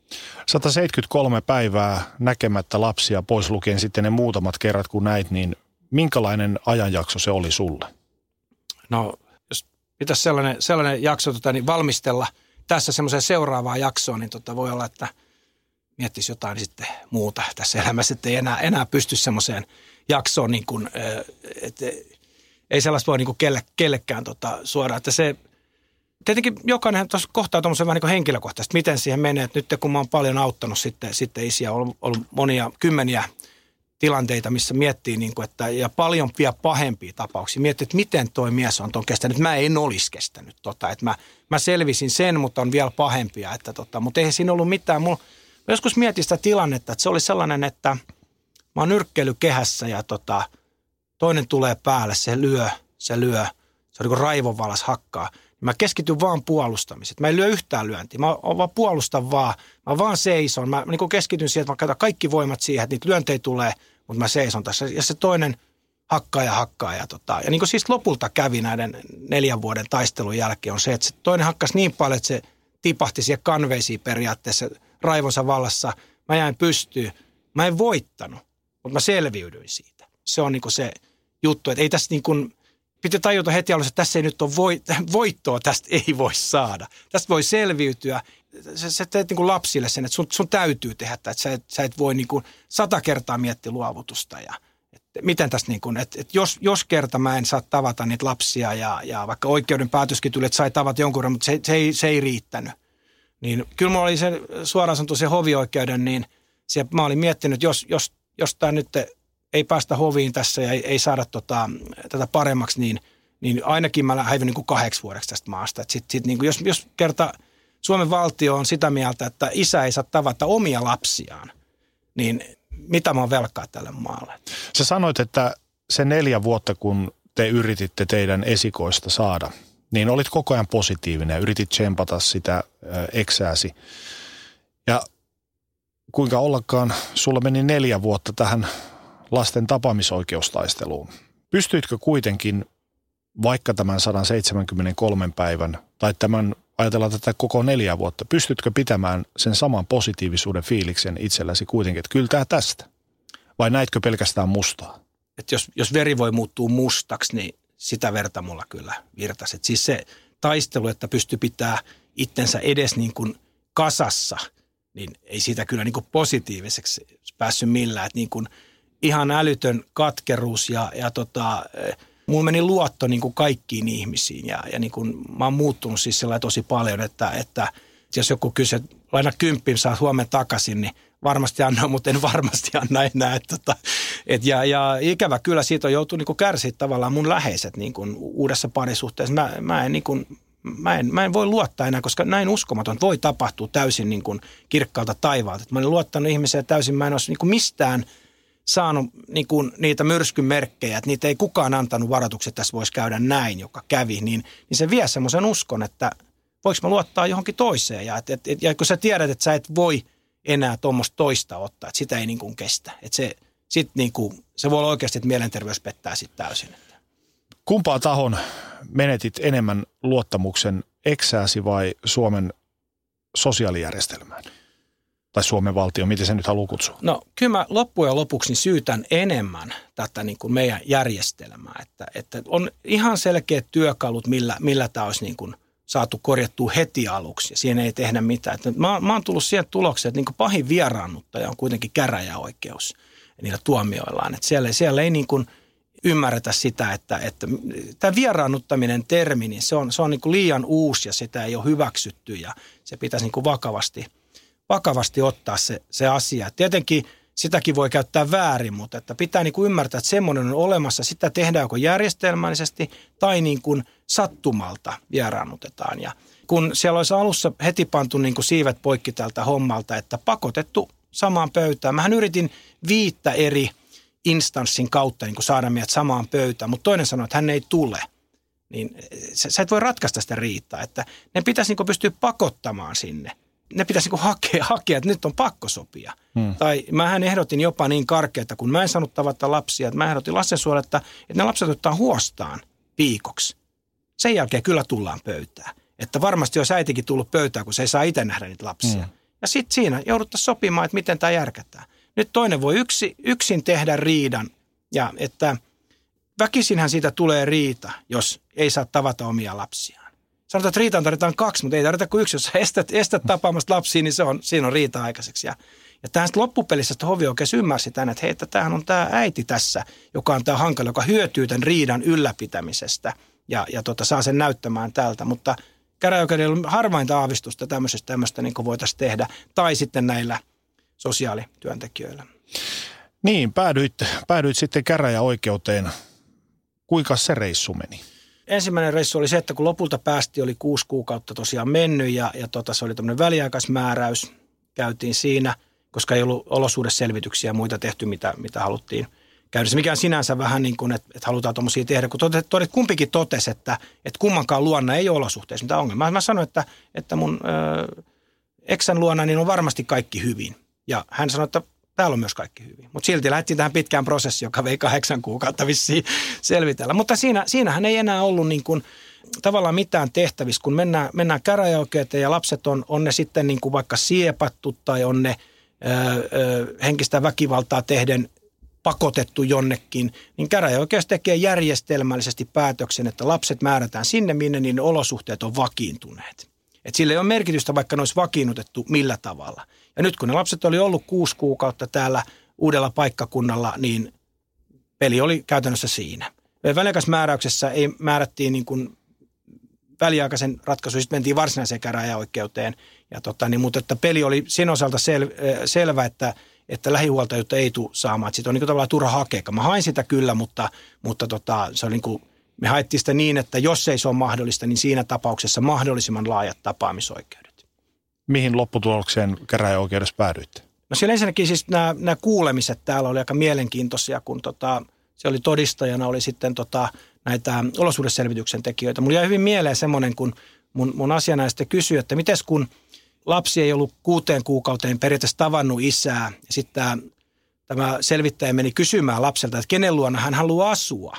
173 päivää näkemättä lapsia, pois lukien sitten ne muutamat kerrat kun näit, niin minkälainen ajanjakso se oli sulle? No, jos pitäisi sellainen jakso niin valmistella tässä semmoiseen seuraavaan jaksoon, niin voi olla, että miettisi jotain sitten muuta tässä elämässä, että ei enää pysty semmoiseen jaksoon, niin kuin, että ei sellaista voi niin kuin kellekään suoraan, että se tietenkin jokainen tuossa kohtaa tuommoisen vähän niin kuin henkilökohtaisesti, miten siihen menee, että nyt kun mä oon paljon auttanut sitten isiä, on ollut monia kymmeniä tilanteita, missä miettii, niin kuin, että, ja paljon vielä pahempia tapauksia. Miettii, että miten toi mies on ton kestänyt. Mä en olisi kestänyt että mä selvisin sen, mutta on vielä pahempia. Mutta eihän siinä ollut mitään. Mä joskus mietin sitä tilannetta, että se oli sellainen, että mä oon nyrkkeilykehässä ja toinen tulee päälle, se lyö. Se on niin kuin raivonvalas hakkaa. Mä keskityn vaan puolustamiseen. Mä en lyö yhtään lyöntiä. Mä vaan puolustan vaan. Mä vaan seison. Mä niin kuin keskityn siihen, että mä käytän kaikki voimat siihen, että niitä lyöntejä tulee, mutta mä seison tässä. Ja se toinen hakkaa. Ja niin kuin siis lopulta kävi näiden 4 vuoden taistelun jälkeen on se, että se toinen hakkasi niin paljon, että se tipahti siihen kanveisiin periaatteessa raivonsa vallassa. Mä jäin pystyyn. Mä en voittanut, mutta mä selviydyin siitä. Se on niin kuin se juttu, että ei tässä niin kuin pitää tajuta heti alussa, että tässä ei nyt ole voittoa, tästä ei voi saada. Tästä voi selviytyä. Sä teet niin kuin lapsille sen, että sun täytyy tehdä, että sä et voi niin kuin 100 kertaa miettiä luovutusta. Ja, että miten tästä niin kuin, että jos kerta mä en saa tavata niitä lapsia ja vaikka oikeuden päätöskin tuli, että sai tavata jonkun, mutta se ei riittänyt. Niin kyllä mulla oli se suoraan sanottu se hovioikeuden, niin mä olin miettinyt, että jos tämä nyt ei päästä hoviin tässä ja ei saada tätä paremmaksi, niin ainakin mä häivyn niin kuin 8 vuodeksi tästä maasta. Sit niin kuin jos kerta Suomen valtio on sitä mieltä, että isä ei saa tavata omia lapsiaan, niin mitä mä oon velkaa tälle maalle. Sä sanoit, että se 4 vuotta, kun te yrititte teidän esikoista saada, niin olit koko ajan positiivinen ja yritit tsempata sitä eksääsi. Ja kuinka ollakaan, sulla meni 4 vuotta tähän lasten tapaamisoikeustaisteluun. Pystyitkö kuitenkin vaikka tämän 173 päivän tai tämän, ajatellaan tätä koko 4 vuotta, pystytkö pitämään sen saman positiivisuuden fiiliksen itselläsi kuitenkin, että kyllä tämä tästä? Vai näitkö pelkästään mustaa? Että jos veri voi muuttua mustaksi, niin sitä verta mulla kyllä virtasi. Et siis se taistelu, että pystyy pitää itsensä edes niin kuin kasassa, niin ei siitä kyllä niin kuin positiiviseksi päässyt millään. Että niin kuin ihan älytön katkeruus ja mulla meni luotto niin kuin kaikkiin ihmisiin ja niin kuin mä oon muuttunut siis sellainen tosi paljon, että jos joku kysyy, että laina 10, saat huomenna takaisin, niin varmasti anna, mutta en varmasti anna enää. Ja ikävä kyllä siitä on joutunut niin kärsiä tavallaan mun läheiset niin kuin uudessa parisuhteessa. Mä en voi luottaa enää, koska näin uskomaton voi tapahtua täysin niin kuin kirkkaalta taivaalta. Mä olin luottanut ihmiseen täysin, mä en olisi niin kuin mistään saanut niin kuin niitä myrskyn merkkejä, että niitä ei kukaan antanut varoituksia, että tässä voisi käydä näin, joka kävi. Niin se vie semmoisen uskon, että voiko mä luottaa johonkin toiseen. Ja kun sä tiedät, että sä et voi enää tuommoista toista ottaa, että sitä ei niin kuin kestä. Että se voi olla oikeasti, että mielenterveys pettää sitten täysin. Kumpaa tahon menetit enemmän luottamuksen, eksääsi vai Suomen sosiaalijärjestelmään? Tai Suomen valtio, miten se nyt haluaa kutsua? No kyllä mä loppujen lopuksi syytän enemmän tätä niin kuin meidän järjestelmää. Että on ihan selkeät työkalut, millä tämä olisi niin kuin saatu korjattua heti aluksi ja siinä ei tehdä mitään. Että mä oon tullut siihen tulokseen, että niin kuin pahin vieraannuttaja on kuitenkin käräjäoikeus niillä tuomioillaan. Että siellä ei niin kuin ymmärretä sitä, että tämä vieraannuttaminen termi, niin se on niin kuin liian uusi ja sitä ei ole hyväksytty ja se pitäisi niin kuin vakavasti ottaa se asia. Tietenkin sitäkin voi käyttää väärin, mutta että pitää niin kuin ymmärtää, että semmoinen on olemassa. Sitä tehdään joko järjestelmällisesti tai niin kuin sattumalta vieraannutetaan. Ja kun siellä olisi alussa heti pantu niin kuin siivet poikki tältä hommalta, että pakotettu samaan pöytään. Mähän yritin 5 eri instanssin kautta niin kuin saada meidät samaan pöytään, mutta toinen sanoi, että hän ei tule. Niin sä et voi ratkaista sitä riitaa, että ne pitäisi niin kuin pystyä pakottamaan sinne. Ne pitäisi niin hakea, että nyt on pakko sopia. Tai mähän ehdotin jopa niin karkeata, kun mä en saanut tavata lapsia, että mä ehdotin lastensuojelulle, että ne lapset ottaa huostaan viikoksi. Sen jälkeen kyllä tullaan pöytään. Että varmasti olisi äitikin tullut pöytään, kun se ei saa itse nähdä niitä lapsia. Ja sitten siinä jouduttaisiin sopimaan, että miten tämä järkätään. Nyt toinen voi yksin tehdä riidan ja että väkisinhän siitä tulee riita, jos ei saa tavata omia lapsiaan. Sanotaan, että riitaan tarvitaan 2, mutta ei tarvita kuin 1. Jos estät tapaamasta lapsia, niin siinä on riita aikaiseksi. Ja tähän loppupelissä hovioikeus ymmärsi tämän, että hei, että tämähän on tämä äiti tässä, joka on tämä hankala, joka hyötyy tämän riidan ylläpitämisestä ja saa sen näyttämään tältä. Mutta käräjäoikeudella on harvainta aavistusta tämmöistä niin kuin voitaisiin tehdä. Tai sitten näillä sosiaalityöntekijöillä. Niin, päädyit sitten käräjäoikeuteen. Kuinka se reissu meni? Ensimmäinen reissu oli se, että kun lopulta päästiin, oli 6 kuukautta tosiaan mennyt ja se oli tämmöinen väliaikaismääräys. Käytiin siinä, koska ei ollut olosuhdeselvityksiä ja muita tehty, mitä haluttiin käydä. Mikä on sinänsä vähän niin kuin, että halutaan tuommoisia tehdä, kun kumpikin totesi, että kummankaan luona ei ole olosuhteissa mitään ongelmaa. Mä sanoin, että mun eksän luona niin on varmasti kaikki hyvin. Ja hän sanoi, että täällä on myös kaikki hyvin. Mutta silti lähdettiin tähän pitkään prosessiin, joka vei 8 kuukautta vissiin selvitellä. Mutta siinähän ei enää ollut niin kuin tavallaan mitään tehtävissä, kun mennään käräjäoikeuteen ja lapset on ne sitten niin kuin vaikka siepattu tai on ne henkistä väkivaltaa tehden pakotettu jonnekin, niin käräjäoikeus tekee järjestelmällisesti päätöksen, että lapset määrätään sinne, minne niin olosuhteet on vakiintuneet. Että sillä ei ole merkitystä, vaikka ne olisi vakiinnutettu millä tavalla. Ja nyt kun ne lapset oli ollut 6 kuukautta täällä uudella paikkakunnalla, niin peli oli käytännössä siinä. Väliaikaismääräyksessä ei määrättiin niin kuin väliaikaisen ratkaisun, sitten mentiin varsinaiseen käräjäoikeuteen. Mutta että peli oli sen osalta selvä, että lähihuoltajuutta ei tule saamaan. Sitten on niin kuin tavallaan turha hakea. Mä hain sitä kyllä, mutta se on niin kuin, me haettiin sitä niin, että jos ei se ole mahdollista, niin siinä tapauksessa mahdollisimman laajat tapaamisoikeudet. Mihin lopputulokseen käräjäoikeudessa päädyitte? No siellä ensinnäkin siis nämä kuulemiset täällä oli aika mielenkiintoisia, kun se oli todistajana, oli sitten näitä olosuhdeselvityksen tekijöitä. Mulla jäi hyvin mieleen semmoinen, kun mun asianajaja kysyi, että mites kun lapsi ei ollut 6 kuukauteen periaatteessa tavannut isää. Ja sitten tämä selvittäjä meni kysymään lapselta, että kenen luona hän haluaa asua.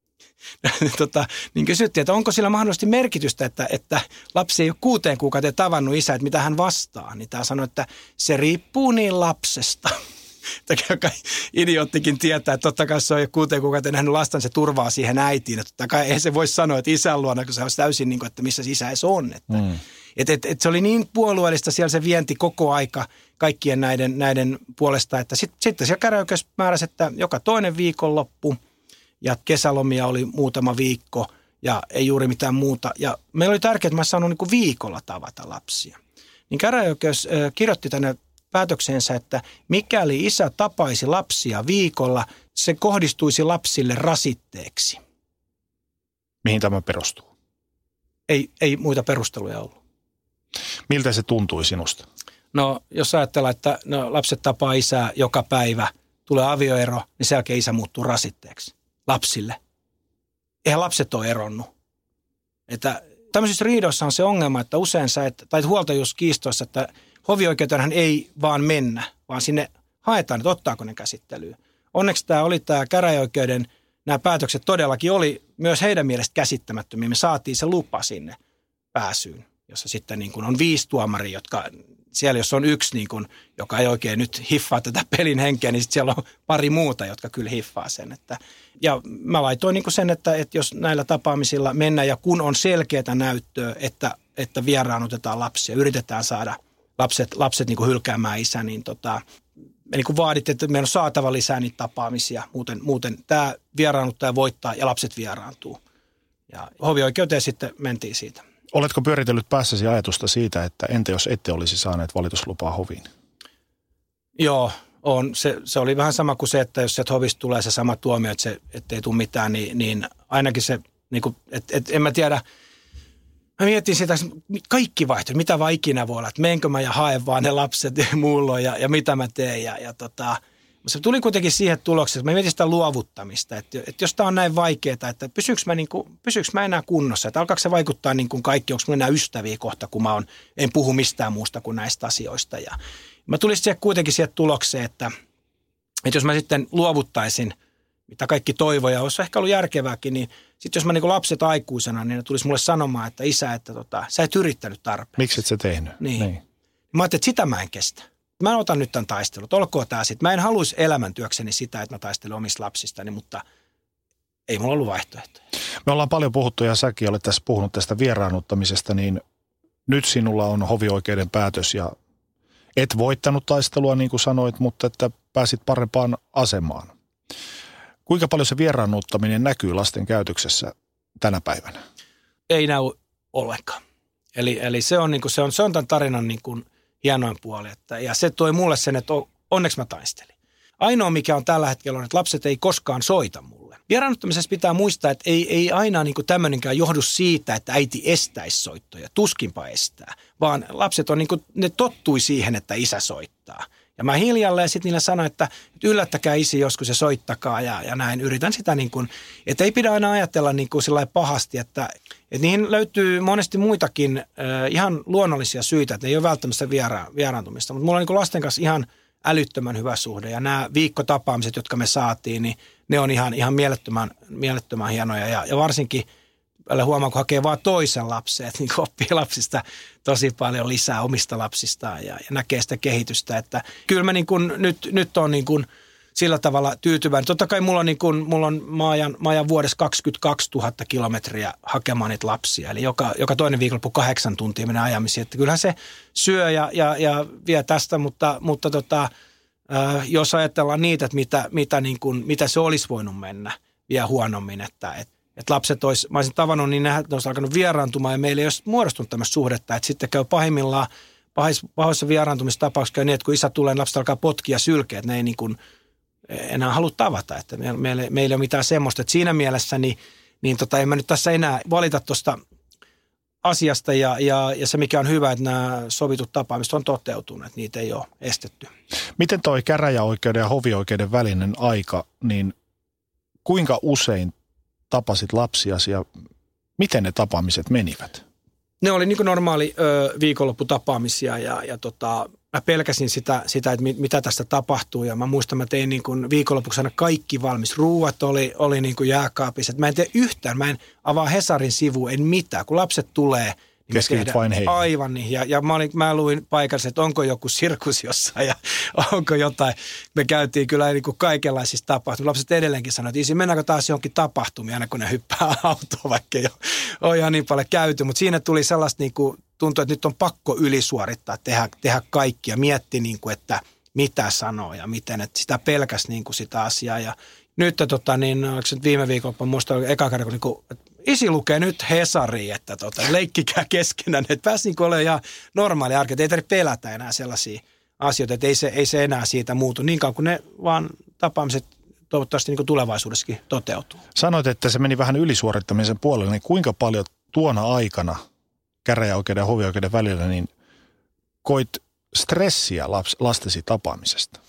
Niin kysyttiin, että onko sillä mahdollisesti merkitystä, että lapsi ei ole 6 kuukauteen tavannut isää, että mitä hän vastaa. Niin tämä sanoi, että se riippuu niin lapsesta. Joka idioottikin tietää, että totta kai se on jo 6 kuukauteen nähnyt lastaan, se turvaa siihen äitiin. Että totta kai ei se voi sanoa, että isän luona, kun se olisi täysin niin kuin, että missä isä edes on. Että se oli niin puolueellista siellä se vienti koko aika kaikkien näiden puolesta, että sitten siellä käräjäoikeus määräsi, että joka toinen viikonloppu ja kesälomia oli muutama viikko ja ei juuri mitään muuta. Ja meillä oli tärkeää, että mä saanut niin kuin viikolla tavata lapsia. Niin käräjäoikeus kirjoitti tänne päätökseensä, että mikäli isä tapaisi lapsia viikolla, se kohdistuisi lapsille rasitteeksi. Mihin tämä perustuu? Ei muita perusteluja ollut. Miltä se tuntui sinusta? No, jos ajatellaan, että lapset tapaa isää joka päivä, tulee avioero, niin sen jälkeen isä muuttuu rasitteeksi lapsille. Eihän lapset ole eronnut. Että tämmöisissä riidoissa on se ongelma, että usein tai huoltajuuskiistoissa, että hovioikeutenhan ei vaan mennä, vaan sinne haetaan, että ottaako ne käsittelyyn. Onneksi tämä käräjäoikeuden, nämä päätökset todellakin oli myös heidän mielestä käsittämättömiä. Me saatiin se lupa sinne pääsyyn, jossa sitten niin kuin on 5 tuomaria, jotka siellä jos on 1, niin kuin, joka ei oikein nyt hiffaa tätä pelin henkeä, niin sitten siellä on pari muuta, jotka kyllä hiffaa sen. Ja mä laitoin niin kuin sen, että jos näillä tapaamisilla mennään ja kun on selkeää näyttöä, että vieraannutetaan lapsia, yritetään saada lapset niin kuin hylkäämään isä, niin me niin kuin vaadittiin, että meidän on saatava lisää niitä tapaamisia. Muuten tämä vieraannuttaja voittaa ja lapset vieraantuu. Ja hovioikeuteen sitten mentiin siitä. Oletko pyöritellyt päässäsi ajatusta siitä, että entä jos ette olisi saaneet valituslupaa hoviin? Joo, on. Se oli vähän sama kuin se, että jos sieltä hovista tulee se sama tuomio, että ei tule mitään, niin ainakin se, niin kuin, en mä tiedä. Mä mietin sitä, kaikki vaihtoehto, mitä vaan ikinä voi olla, että menenkö mä ja haen vaan ne lapset muulloin ja mitä mä teen. Se tuli kuitenkin siihen tulokseen, että mä mietin sitä luovuttamista, että jos tämä on näin vaikeaa, että pysyykö mä enää kunnossa, että alkaako se vaikuttaa niin kuin kaikki, onko mulla enää ystäviä kohta, kun en puhu mistään muusta kuin näistä asioista. Ja mä tulisin kuitenkin siihen tulokseen, että jos mä sitten luovuttaisin, mitä kaikki toivoja, olisi ehkä ollut järkevääkin, niin sitten jos mä niin lapset aikuisena, niin ne tulisi mulle sanomaan, että isä, että sä et yrittänyt tarpeeksi. Miksi et sä tehnyt? Niin. Mä ajattelin, että sitä mä en kestä. Mä en otan nyt tämän taistelut, olkoon tämä sitten. Mä en haluaisi elämäntyökseni sitä, että mä taistelen omista lapsistani, mutta ei mulla ollut vaihtoehtoja. Me ollaan paljon puhuttu ja säkin olet tässä puhunut tästä vieraannuttamisesta, niin nyt sinulla on hovioikeuden päätös ja et voittanut taistelua niin kuin sanoit, mutta että pääsit parempaan asemaan. Kuinka paljon se vieraannuttaminen näkyy lasten käytöksessä tänä päivänä? Ei näy ollenkaan. Eli se on tämän tarinan niin kuin hienoin puoli. Ja se toi mulle sen, että onneksi mä taistelin. Ainoa mikä on tällä hetkellä on, että lapset ei koskaan soita mulle. Vieraannuttamisessa pitää muistaa, että ei aina niin kuin tämmöinenkään johdu siitä, että äiti estäisi soittoja. Tuskinpa estää. Vaan lapset on niin kuin, ne tottui siihen, että isä soittaa. Ja mä hiljalleen sitten niillä sanoin, että yllättäkää isi joskus ja soittakaa ja näin. Yritän sitä niin kuin, että ei pidä aina ajatella niin kuin sillä pahasti, että niihin löytyy monesti muitakin ihan luonnollisia syitä, että ne ei ole välttämättä vieraantumista. Mutta mulla on niin kuin lasten kanssa ihan älyttömän hyvä suhde ja nämä viikkotapaamiset, jotka me saatiin, niin ne on ihan mielettömän hienoja ja varsinkin huomaa, kun hakee vaan toisen lapsen, että niin oppii lapsista tosi paljon lisää omista lapsistaan ja näkee sitä kehitystä. Että kyllä mä niin kuin nyt on niin kuin sillä tavalla tyytyväinen. Totta kai mulla on mä ajan vuodessa 22 000 kilometriä hakemaan niitä lapsia. Eli joka toinen viikonloppu 8 tuntia menee ajamisiin. Että kyllähän se syö ja vie tästä, mutta jos ajatellaan niitä, että mitä se olisi voinut mennä vielä huonommin, että lapset mä olisin tavannut, niin ne olisi alkanut vieraantumaan ja meillä ei olisi muodostunut tämmöistä suhdetta, että sitten käy pahimmillaan pahoissa vieraantumistapauksissa käy niin, että kun isä tulee, niin lapset alkaa potkia ja sylkeä, että ne ei niin kuin enää halua tavata, että meillä ei ole mitään semmoista, että siinä mielessä niin en mä nyt tässä enää valita tuosta asiasta ja se mikä on hyvä, että nämä sovitut tapaamiset on toteutunut, että niitä ei ole estetty. Miten toi käräjäoikeuden ja hovioikeuden välinen aika, niin kuinka usein tapasit lapsiasi ja miten ne tapaamiset menivät? Ne oli niin kuin normaali viikonlopputapaamisia ja mä pelkäsin sitä, että mitä tästä tapahtuu ja mä muistan, mä tein niin kuin viikonlopuksi aina kaikki valmis. Ruuat oli niin kuin jääkaapissa. Mä en tee yhtään, mä en avaa Hesarin sivu, en mitään. Kun lapset tulee, niin keskityt vain heihin. Aivan niin. Ja mä luin paikallisesti, että onko joku sirkus jossain ja onko jotain. Me käytiin kyllä niin kuin kaikenlaisissa tapahtumissa. Lapset edelleenkin sanoivat, että isi, mennäänkö taas johonkin tapahtumiin, aina kun ne hyppää autoon, vaikka ei ole ihan niin paljon käyty. Mutta siinä tuli sellaista niin kuin, tuntui, että nyt on pakko ylisuorittaa, tehdä kaikki ja mietti, niin kuin, että mitä sanoo ja miten, että sitä pelkäsi niin kuin sitä asiaa. Ja nyt oliko se viime viikolla, muistan eka kerran, kun isi lukee nyt Hesariin, että leikkikää keskenään, että pääsi niin olemaan ihan normaali arki, että ei tarvitse pelätä enää sellaisia asioita, että ei se enää siitä muutu niin kauan, kun ne vaan tapaamiset toivottavasti niin kuin tulevaisuudessakin toteutuu. Sanoit, että se meni vähän ylisuorittamisen puolelle, niin kuinka paljon tuona aikana käräjäoikeuden ja hovioikeuden välillä, niin koit stressiä lastesi tapaamisesta?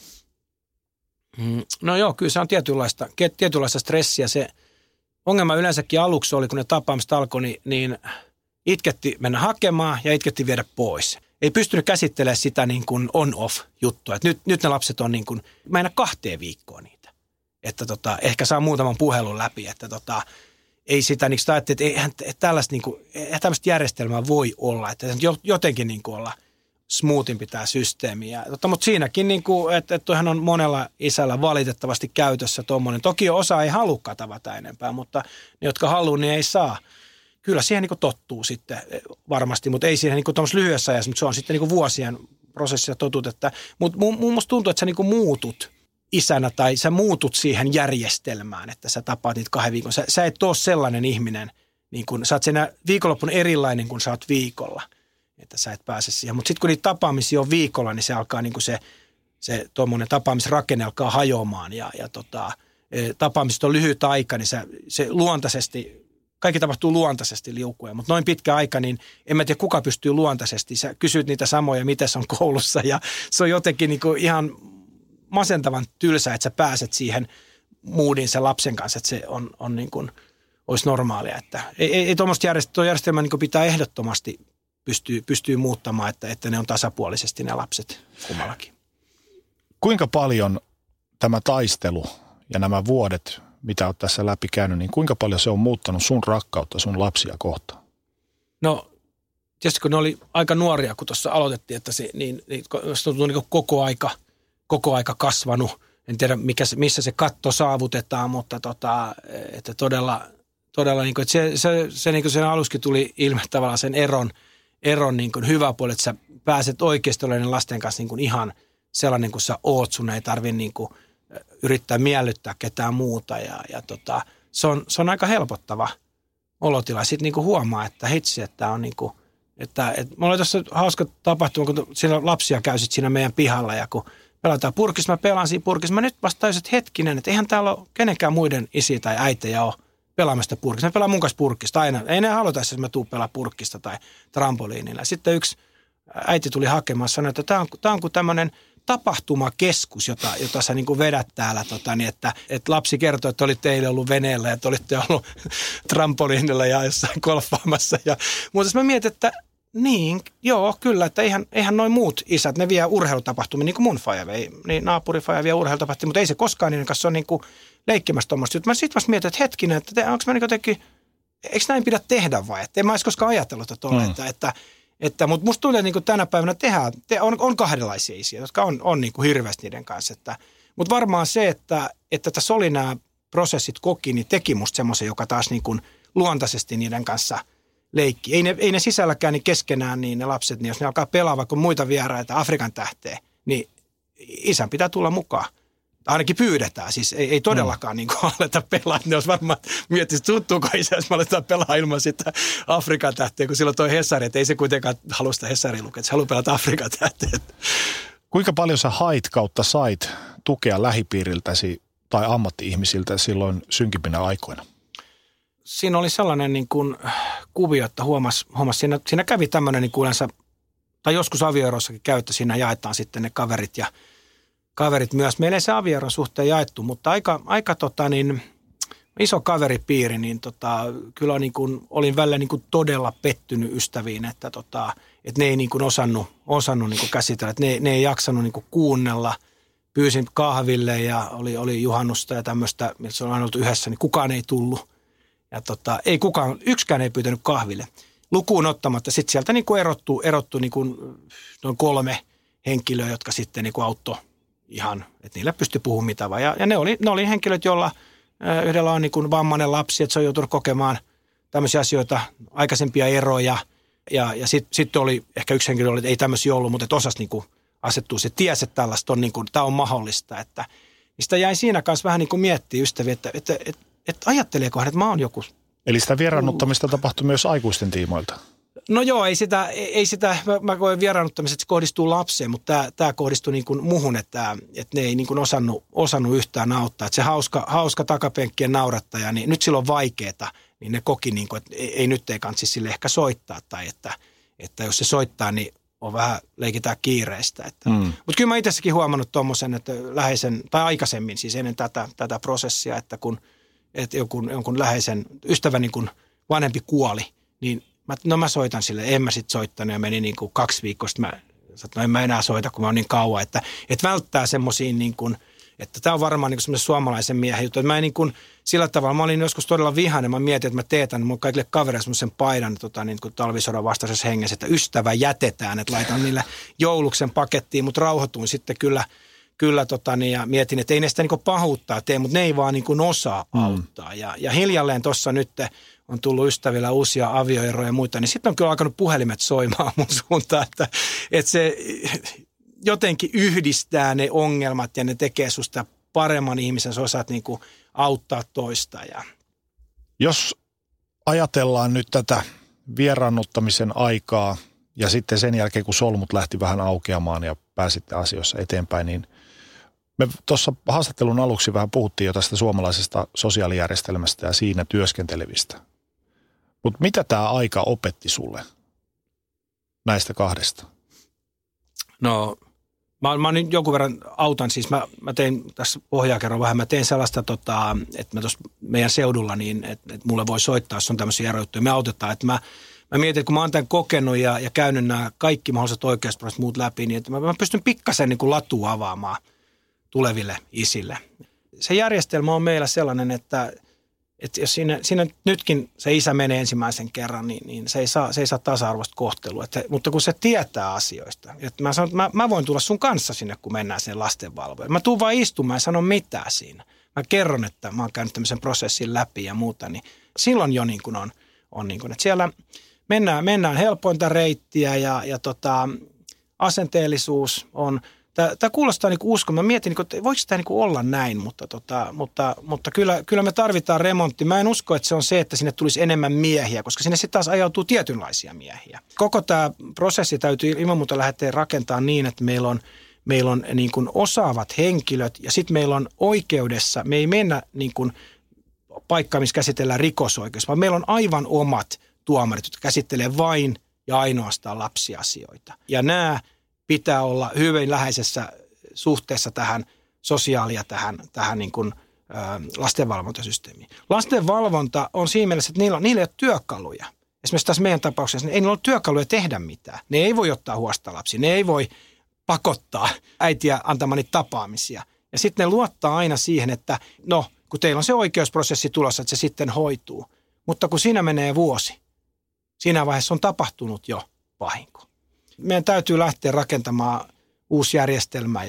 No joo, kyllä se on tietynlaista stressiä. Se ongelma yleensäkin aluksi oli, kun ne tapaamiset alkoi, niin itketti mennä hakemaan ja itketti viedä pois. Ei pystynyt käsittelemään sitä niin kuin on-off-juttua. Että nyt ne lapset on niin kuin, mä enää 2 viikkoa niitä. Että ehkä saa muutaman puhelun läpi, että ei sitä, niin sitä että eihän tällaista järjestelmää voi olla, että jotenkin niin kuin olla smoothimpi tämä systeemi. Mutta siinäkin, niin kuin, että toihan on monella isällä valitettavasti käytössä tuommoinen. Toki osa ei halukkaan tavata enempää, mutta ne, jotka haluaa, niin ei saa. Kyllä siihen niin kuin tottuu sitten varmasti, mutta ei siihen niin kuin tuollaisessa lyhyessä ajassa, mutta se on sitten niin kuin vuosien prosessissa totut. Mutta muun muassa tuntuu, että sä niin kuin muutut isänä tai sä muutut siihen järjestelmään, että sä tapaat niitä 2 viikon. Sä et ole sellainen ihminen, niin kun, sä oot siinä viikonloppuna erilainen kuin sä oot viikolla, että sä et pääse siihen. Mutta sitten kun niitä tapaamisia on viikolla, niin se alkaa niin kuin se tuommoinen tapaamisrakenne alkaa hajoamaan ja tapaamiset on lyhyt aika, niin se luontaisesti, kaikki tapahtuu luontaisesti liukuen, mutta noin pitkä aika, niin en mä tiedä kuka pystyy luontaisesti. Sä kysyt niitä samoja, mitä se on koulussa ja se on jotenkin niin kuin ihan masentavan tylsä, että sä pääset siihen moodiin sen lapsen kanssa, että se on niin kuin, olisi normaalia. Että ei tuommoista järjestelmää niin kuin pitää ehdottomasti pystyy muuttamaan, että ne on tasapuolisesti ne lapset kummallakin. Kuinka paljon tämä taistelu ja nämä vuodet, mitä olet tässä läpi käynyt, niin kuinka paljon se on muuttanut sun rakkautta sun lapsia kohtaan? No tietysti kun ne oli aika nuoria, kun tuossa aloitettiin, että se on niin koko aika kasvanut. En tiedä, missä se katto saavutetaan, mutta että todella niin kuin, että se niin kuin sen aluskin tuli ilme tavallaan sen eron niin kuin hyvä puoli, että sä pääset oikeasti olemaan lasten kanssa niin kuin ihan sellainen kuin sä oot, sun ei tarvitse niin kuin yrittää miellyttää ketään muuta ja se on aika helpottava olotila. Sitten niin kuin huomaa, että hitsi, että on niin kuin, että mulla oli tuossa hauska tapahtuma, kun siellä lapsia käy sit siinä meidän pihalla ja kun pelataan purkissa, mä pelaan siinä purkissa. Mä nyt vasta tajusin, että hetkinen, että eihän täällä ole kenenkään muiden isiä tai äitejä ole pelaamasta purkista. Mä pelaan mun kanssa purkista aina. Ei ne haluta, että mä tuun pelaa purkista tai trampoliinilla. Sitten yksi äiti tuli hakemaan, sanoi, että tää on kuin tämmöinen tapahtumakeskus, jota sä niin kuin vedät täällä, niin että lapsi kertoi, että olitte eilen ollut veneellä ja että olitte ollut trampoliinilla ja jossain golfaamassa. Mutta mä mietin, että niin, joo, kyllä, että eihän noin muut isät, ne vie urheilutapahtumia, niin kuin mun faija vei, niin naapurifaija vie urheilutapahtumia, mutta ei se koskaan niiden kanssa ole niin kuin leikkimässä tuommoista. Mä sitten vasta mietin, että hetkinen, että onko mä niin jotenkin, eikö näin pidä tehdä vai? Että en mä olisi koskaan ajatellut että mutta musta tulee niin kuin tänä päivänä on kahdenlaisia isiä, jotka on niin kuin hirveästi niiden kanssa. Mutta varmaan se, että tässä oli nämä prosessit koki, niin teki musta semmoisen, joka taas niin kuin luontaisesti niiden kanssa leikki. Ei ne sisälläkään niin keskenään, niin ne lapset, niin jos ne alkaa pelaa vaikka muita vieraita Afrikan tähteä, niin isän pitää tulla mukaan. Ainakin pyydetään, siis ei todellakaan niin kuin aleta pelaa. Ne olisi varmaan miettinyt, että tuttuuko isä, jos me aletaan pelaa ilman sitä Afrikan tähteä, kun silloin toi Hesari, että ei se kuitenkaan halua sitä Hesaria lukea, että se haluaa pelata Afrikan tähteä. Kuinka paljon sä hait kautta sait tukea lähipiiriltäsi tai ammatti-ihmisiltä silloin synkimpinä aikoina? Siinä oli sellainen niin kuin kuvio, että huomasi siinä kävi tämmöinen niin kuin yleensä, tai joskus avioerossakin käy, että siinä jaetaan sitten ne kaverit myös. Meillä ei se avioeron suhteen jaettu, mutta aika iso kaveripiiri, niin kyllä niin kuin, olin välillä niin kuin todella pettynyt ystäviin, että ne ei niin kuin osannut niin kuin käsitellä, että ne ei jaksanut niin kuin kuunnella. Pyysin kahville ja oli juhannusta ja tämmöistä, millä se on aina ollut yhdessä, niin kukaan ei tullut. Ja yksikään ei pyytänyt kahville. Lukuun ottamatta sitten sieltä niin kuin erottu niin kuin noin 3 henkilöä, jotka sitten niin kuin auttoi ihan, että niille pystyi puhumaan mitä vaan. Ja ne oli henkilöt, joilla yhdellä on niin kuin vammainen lapsi, että se on joutunut kokemaan tämmöisiä asioita, aikaisempia eroja. Ja sitten oli ehkä yksi henkilö, että ei tämmöisiä ollut, mutta osasi niin kuin asettua. Se tiesi, että tällaista on, niin kuin, tämä on mahdollista. Että sitä jäi siinä kanssa vähän niin kuin miettiä ystäviä, että ajatteleeko hän, että mä oon joku. Eli sitä vieraannuttamista tapahtui myös aikuisten tiimoilta? No joo, ei sitä mä koen vieraannuttamiset, että se kohdistuu lapseen, mutta tämä kohdistui niin kuin muhun, että ne ei niin kuin osannut yhtään auttaa. Että se hauska takapenkkien naurattaja, niin nyt silloin vaikeeta, niin ne koki, niin kuin, että ei nyt ei kansi sille ehkä soittaa. Tai että jos se soittaa, niin on vähän leikitään kiireistä. Mutta kyllä mä itsekin huomannut tuommoisen, että läheisen, tai aikaisemmin siis ennen tätä prosessia, että kun jonkun läheisen ystävän niin kun vanhempi kuoli, niin mä soitan sille. En mä sitten soittanut ja meni niin kuin 2 viikkoa sitten. Mä sanoin, en mä enää soita, kun mä oon niin kauan. Että välttää semmoisiin, niin kuin, että tämä on varmaan niin semmoisen suomalaisen miehen juttu. Että mä en niin kuin, sillä tavalla, mä olin joskus todella vihainen. Mä mietin, että mä teetän mun kaikille kavereille semmoisen paidan niin kuin talvisodan vastaisessa hengessä, että ystävä jätetään, että laitan niille jouluksen pakettiin, mutta rauhoituin sitten kyllä ja mietin, että ei ne sitä niin kuin pahuuttaa tee, mutta ne ei vaan niin kuin osaa auttaa. Ja hiljalleen tuossa nyt on tullut ystävillä uusia avioeroja ja muita, niin sitten on kyllä alkanut puhelimet soimaan mun suuntaan, että se jotenkin yhdistää ne ongelmat ja ne tekee susta paremman ihmisen, sä osaat niin kuin auttaa toista. Jos ajatellaan nyt tätä vieraannuttamisen aikaa ja sitten sen jälkeen, kun solmut lähti vähän aukeamaan ja pääsitte asioissa eteenpäin, niin me tuossa haastattelun aluksi vähän puhuttiin jo tästä suomalaisesta sosiaalijärjestelmästä ja siinä työskentelevistä. Mutta mitä tämä aika opetti sulle näistä 2? No, mä nyt jonkun verran autan, siis mä tein tässä ohjaa kerran vähän, mä tein sellaista, että mä tuossa meidän seudulla niin, että mulle voi soittaa, jos on tämmöisiä erojuttuja, me autetaan, että mä mietin, että kun mä oon tämän kokenut ja käynyt nämä kaikki mahdolliset oikeusprosessit muut läpi, niin että mä pystyn pikkasen niin kuin latua avaamaan tuleville isille. Se järjestelmä on meillä sellainen, että jos siinä nytkin se isä menee ensimmäisen kerran, niin se ei saa tasa-arvoista kohtelua. Mutta kun se tietää asioista, että mä sanon, että mä voin tulla sun kanssa sinne, kun mennään sinne lastenvalvojalle. Mä tuun vaan istumaan ja sanon mitään siinä. Mä kerron, että mä oon käynyt tämmöisen prosessin läpi ja muuta, niin silloin jo niin kuin on niin kuin, että siellä mennään helpointa reittiä ja asenteellisuus on. Tämä kuulostaa niin kuin uskon. Mä mietin, että voiko tämä niin olla näin, mutta kyllä me tarvitaan remontti. Mä en usko, että se on se, että sinne tulisi enemmän miehiä, koska sinne sitten taas ajautuu tietynlaisia miehiä. Koko tämä prosessi täytyy ilman muuta lähteä rakentamaan niin, että meillä on niin kuin osaavat henkilöt ja sitten meillä on oikeudessa, me ei mennä niin kuin paikkaan, missä käsitellään rikosoikeus, vaan meillä on aivan omat tuomarit, jotka käsittelee vain ja ainoastaan lapsiasioita. Ja nämä pitää olla hyvin läheisessä suhteessa tähän sosiaali- ja tähän niin kuin, lastenvalvontasysteemiin. Lastenvalvonta on siinä mielessä, että niillä ei ole työkaluja. Esimerkiksi tässä meidän tapauksessa, ei niillä ole työkaluja tehdä mitään. Ne ei voi ottaa huostalapsia, ne ei voi pakottaa äitiä antamaan niitä tapaamisia. Ja sitten ne luottaa aina siihen, että no, kun teillä on se oikeusprosessi tulossa, että se sitten hoituu. Mutta kun siinä menee vuosi, siinä vaiheessa on tapahtunut jo vahinko. Meidän täytyy lähteä rakentamaan uusi järjestelmä,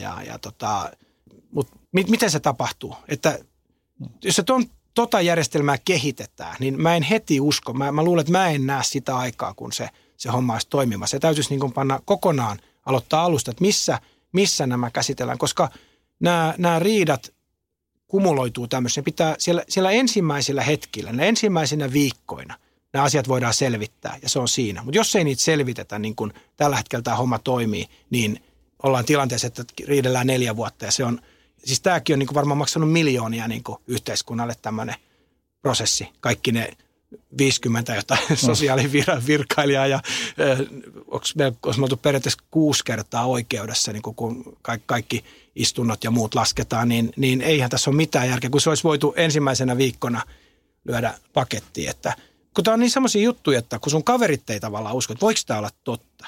mutta miten se tapahtuu? Että jos se järjestelmää kehitetään, niin mä en heti usko. Mä luulen, että mä en näe sitä aikaa, kun se homma olisi toimimassa. Se täytyisi niin kuin panna kokonaan, aloittaa alusta, että missä nämä käsitellään, koska nämä riidat kumuloituu tämmöisen. Pitää siellä ensimmäisillä hetkillä, ensimmäisinä viikkoina, nämä asiat voidaan selvittää ja se on siinä. Mutta jos ei niitä selvitetä, niin kuin tällä hetkellä tämä homma toimii, niin ollaan tilanteessa, että riidellään 4 vuotta. Ja se on, siis tämäkin on niin kuin varmaan maksanut miljoonia niin kuin yhteiskunnalle tämmöinen prosessi. Kaikki ne 50 jotain sosiaalivirkailijaa ja olisi me oltu periaatteessa 6 kertaa oikeudessa, niin kun kaikki istunnot ja muut lasketaan, niin eihän tässä ole mitään järkeä, kun se olisi voitu ensimmäisenä viikkona lyödä pakettiin. Että, kun tämä on niin semmoisia juttuja, että kun sun kaverit ei tavallaan usko, että voiko tämä olla totta.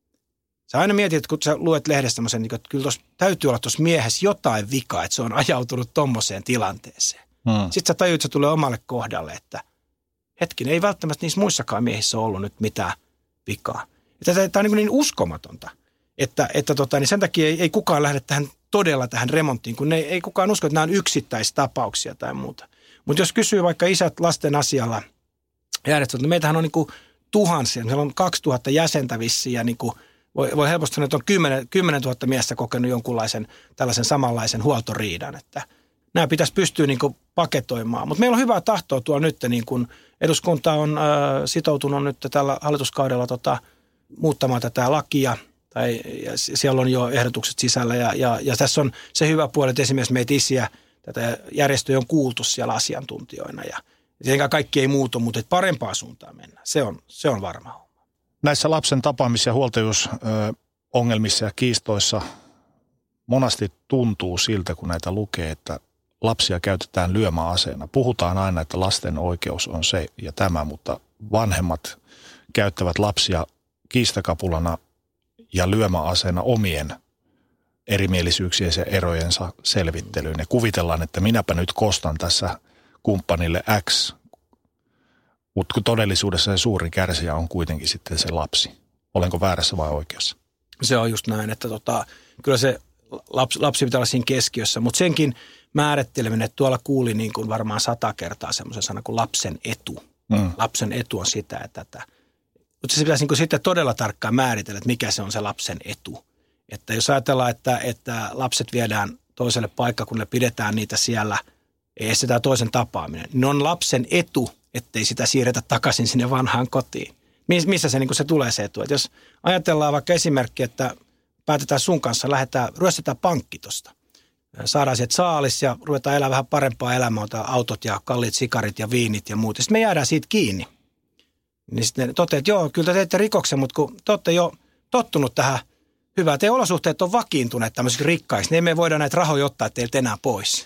Sä aina mietit, että kun sä luet lehdestä semmoisen, että kyllä täytyy olla tuossa miehessä jotain vikaa, että se on ajautunut tommoseen tilanteeseen. Sitten sä tajuut, että se tulee omalle kohdalle, että hetkinen, ei välttämättä niissä muissakaan miehissä ole ollut nyt mitään vikaa. Tämä on niin uskomatonta, että niin sen takia ei kukaan lähde tähän remonttiin, kun ei kukaan usko, että nämä on yksittäistapauksia tai muuta. Mutta jos kysyy vaikka isät lasten asialla järjestöt, niin meitähän on niin kuin tuhansia, meillä on 2000 jäsentä vissiin ja niin kuin voi helposti sanoa, että on 10 000 miestä kokenut jonkunlaisen tällaisen samanlaisen huoltoriidan, että nämä pitäisi pystyä niin kuin paketoimaan. Mutta meillä on hyvää tahtoa tuolla nyt, niin kuin eduskunta on sitoutunut nyt tällä hallituskaudella muuttamaan tätä lakia, ja siellä on jo ehdotukset sisällä, ja tässä on se hyvä puoli, että esimerkiksi meitä isiä, tätä järjestöjä on kuultu siellä asiantuntijoina, ja tietenkään kaikki ei muutu, mutta parempaan suuntaan mennään. Se on varma. Näissä lapsen tapaamis- ja huoltajuusongelmissa ja kiistoissa monasti tuntuu siltä, kun näitä lukee, että lapsia käytetään lyömäaseena. Puhutaan aina, että lasten oikeus on se ja tämä, mutta vanhemmat käyttävät lapsia kiistakapulana ja lyömäaseena omien erimielisyyksien ja erojensa selvittelyyn. Ja kuvitellaan, että minäpä nyt kostan tässä kumppanille X, mutta todellisuudessa se suuri kärsijä on kuitenkin sitten se lapsi. Olenko väärässä vai oikeassa? Se on just näin, että kyllä se lapsi pitää olla siinä keskiössä, mutta senkin määritteleminen, että tuolla kuuli niin kuin varmaan 100 kertaa semmoisen sanan kuin lapsen etu. Lapsen etu on sitä, että tätä. Mutta se pitäisi niin kuin sitten todella tarkkaan määritellä, että mikä se on se lapsen etu. Että jos ajatellaan, että lapset viedään toiselle paikkakunnalle, pidetään niitä siellä, ei estetään toisen tapaaminen, niin on lapsen etu, ettei sitä siirretä takaisin sinne vanhaan kotiin. Missä se, niin kuin se tulee se etu? Että jos ajatellaan vaikka esimerkki, että päätetään sun kanssa, ryöstetään pankki tosta. Saadaan sieltä saalis ja ruvetaan elämään vähän parempaa elämää, autot ja kalliit sikarit ja viinit ja muut. Sitten me jäädään siitä kiinni. Niin sitten ne toteaa, että joo, kyllä te teette rikoksen, mutta kun te olette jo tottunut tähän hyvään, teidän olosuhteet on vakiintuneet tämmöisiksi rikkaiksi, niin me voidaan näitä rahoja ottaa teiltä enää pois.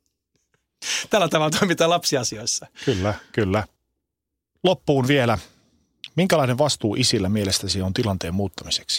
Tällä tavalla toimitaan lapsiasioissa. Kyllä. Loppuun vielä. Minkälainen vastuu isillä mielestäsi on tilanteen muuttamiseksi?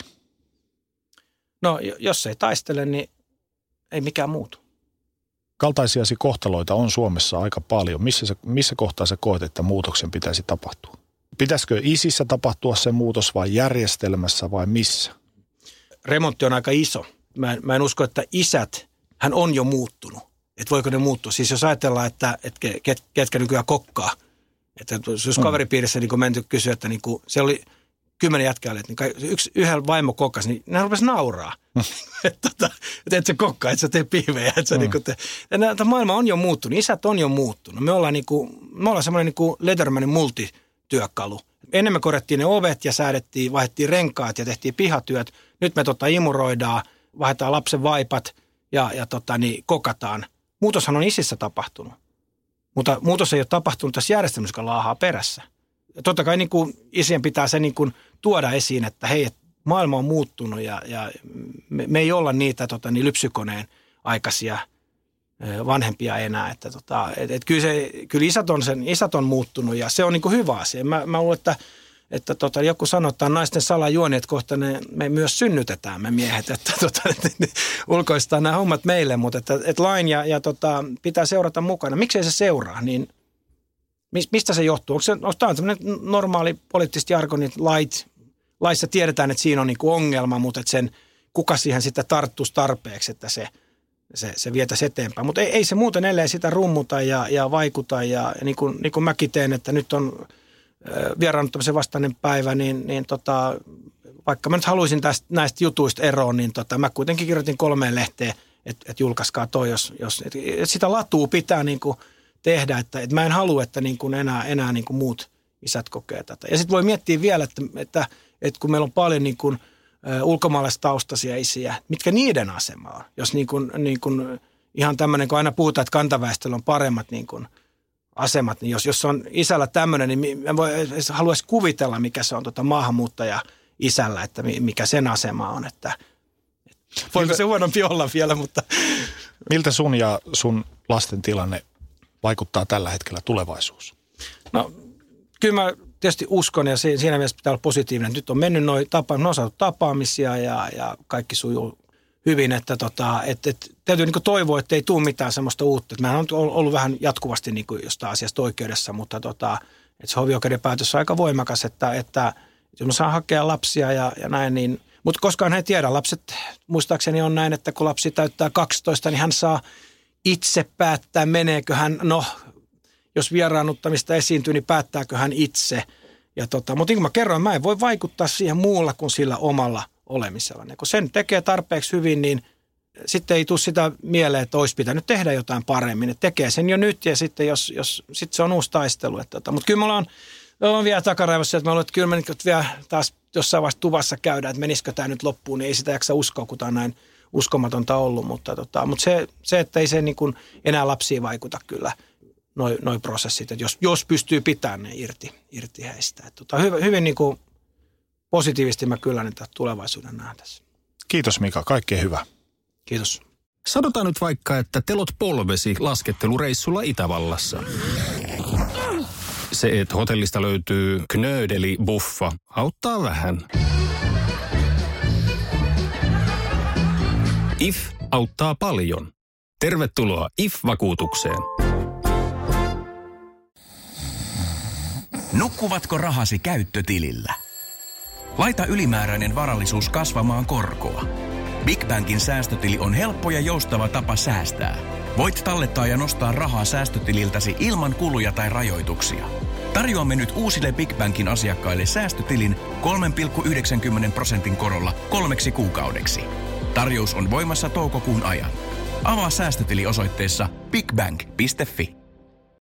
No, jos ei taistele, niin ei mikään muutu. Kaltaisiasi kohtaloita on Suomessa aika paljon. Missä kohtaa sä koet, että muutoksen pitäisi tapahtua? Pitäisikö isissä tapahtua se muutos vai järjestelmässä vai missä? Remontti on aika iso. Mä en usko, että hän on jo muuttunut. Että voiko ne muuttua? Siis jos ajatellaan, että ketkä nykyään kokkaa. Että jos kaveripiirissä niin menty kysyä, että niin siellä oli 10 jätkää, että yhden vaimo kokkas, niin ne rupesi nauraa. että et sä kokkaa, et sä tee pihvejä. Maailma on jo muuttunut, isät on jo muuttunut. Me ollaan semmoinen Lettermanin multityökalu. Ennen me korjattiin ne ovet ja vaihdettiin renkaat ja tehtiin pihatyöt. Nyt me imuroidaan, vaihdetaan lapsen vaipat ja kokataan. Muutoshan on isissä tapahtunut. Mutta muutos ei ole tapahtunut tässä järjestelmässä, joka laahaa perässä. Ja totta kai isien pitää se tuoda esiin, että hei, maailma on muuttunut ja me ei olla niitä lypsykoneen aikaisia vanhempia enää. Että kyllä isät on muuttunut ja se on hyvä asia. Mä luulen, että joku sanoo, että on naisten salajuoni, että kohta me myös synnytetään me miehet, että ulkoistaan nämä hommat meille, mutta että lain ja pitää seurata mukana. Miksei se seuraa, niin mistä se johtuu? Onko tämä tämmöinen normaali poliittisesti jargonin laissa tiedetään, että siinä on ongelma, mutta että kuka siihen sitten tarttuisi tarpeeksi, että se vietäisi eteenpäin. Mutta ei se muuten ellei sitä rummuta ja vaikuta ja niin kuin mäkin teen, että nyt on vieraannuttamisen vastainen päivä, niin vaikka mä nyt haluaisin näistä jutuista eroon, niin mä kuitenkin kirjoitin 3 lehteen, että julkaiskaa toi, jos että sitä latua pitää tehdä, että mä en halua, että enää muut isät kokee tätä. Ja sitten voi miettiä vielä, että kun meillä on paljon ulkomaalaistaustaisia isiä, mitkä niiden asema on. Jos ihan tämmöinen, kun aina puhutaan, että kantaväestöllä on paremmat asemat, niin jos on isällä tämmöinen, niin mä haluaisin kuvitella, mikä se on maahanmuuttaja isällä, että mikä sen asema on, että voiko se huonompi olla vielä, mutta... Miltä sun ja sun lasten tilanne vaikuttaa tällä hetkellä tulevaisuus? No, kyllä mä tietysti uskon ja siinä mielessä pitää olla positiivinen. Nyt on mennyt on saatu tapaamisia ja kaikki sujuu hyvin, että täytyy niin toivoa, että ei tule mitään semmoista uutta. Mä on ollut vähän jatkuvasti niin jostain asiasta oikeudessa, mutta että se hovioikeuden päätös on aika voimakas, että jos mä saan hakea lapsia ja näin, niin mutta koskaan he tiedä. Lapset, muistaakseni on näin, että kun lapsi täyttää 12, niin hän saa itse päättää, meneekö hän, jos vieraannuttamista esiintyy, niin päättääkö hän itse. Mutta niin kuin mä kerroin, mä en voi vaikuttaa siihen muulla kuin sillä omalla olemisella. Ja kun sen tekee tarpeeksi hyvin, niin sitten ei tule sitä mieleen, että olisi pitänyt tehdä jotain paremmin. Et tekee sen jo nyt ja sitten sitten se on uusi taistelu. Mutta kyllä me ollaan vielä takaraivossa, että kyllä me vielä taas jossain vaiheessa tuvassa käydään, että menisikö tämä nyt loppuun, niin ei sitä jaksa uskoa, kun tämä on näin uskomatonta ollut. Mutta se, että ei se niin kuin enää lapsiin vaikuta kyllä noi prosessit, että jos pystyy pitämään ne irti heistä. Hyvin niin kuin positiivisesti mä kyllä niitä tulevaisuuden näen tässä. Kiitos Mika, kaikkea hyvää. Kiitos. Sanotaan nyt vaikka, että telot polvesi laskettelureissulla Itävallassa. Se, että hotellista löytyy knöydeli-buffa, auttaa vähän. IF auttaa paljon. Tervetuloa IF-vakuutukseen. Nukkuvatko rahasi käyttötilillä? Laita ylimääräinen varallisuus kasvamaan korkoa. Big Bankin säästötili on helppo ja joustava tapa säästää. Voit tallettaa ja nostaa rahaa säästötililtäsi ilman kuluja tai rajoituksia. Tarjoamme nyt uusille Big Bankin asiakkaille säästötilin 3,90% korolla 3 kuukaudeksi. Tarjous on voimassa toukokuun ajan. Avaa säästötili osoitteessa bigbank.fi.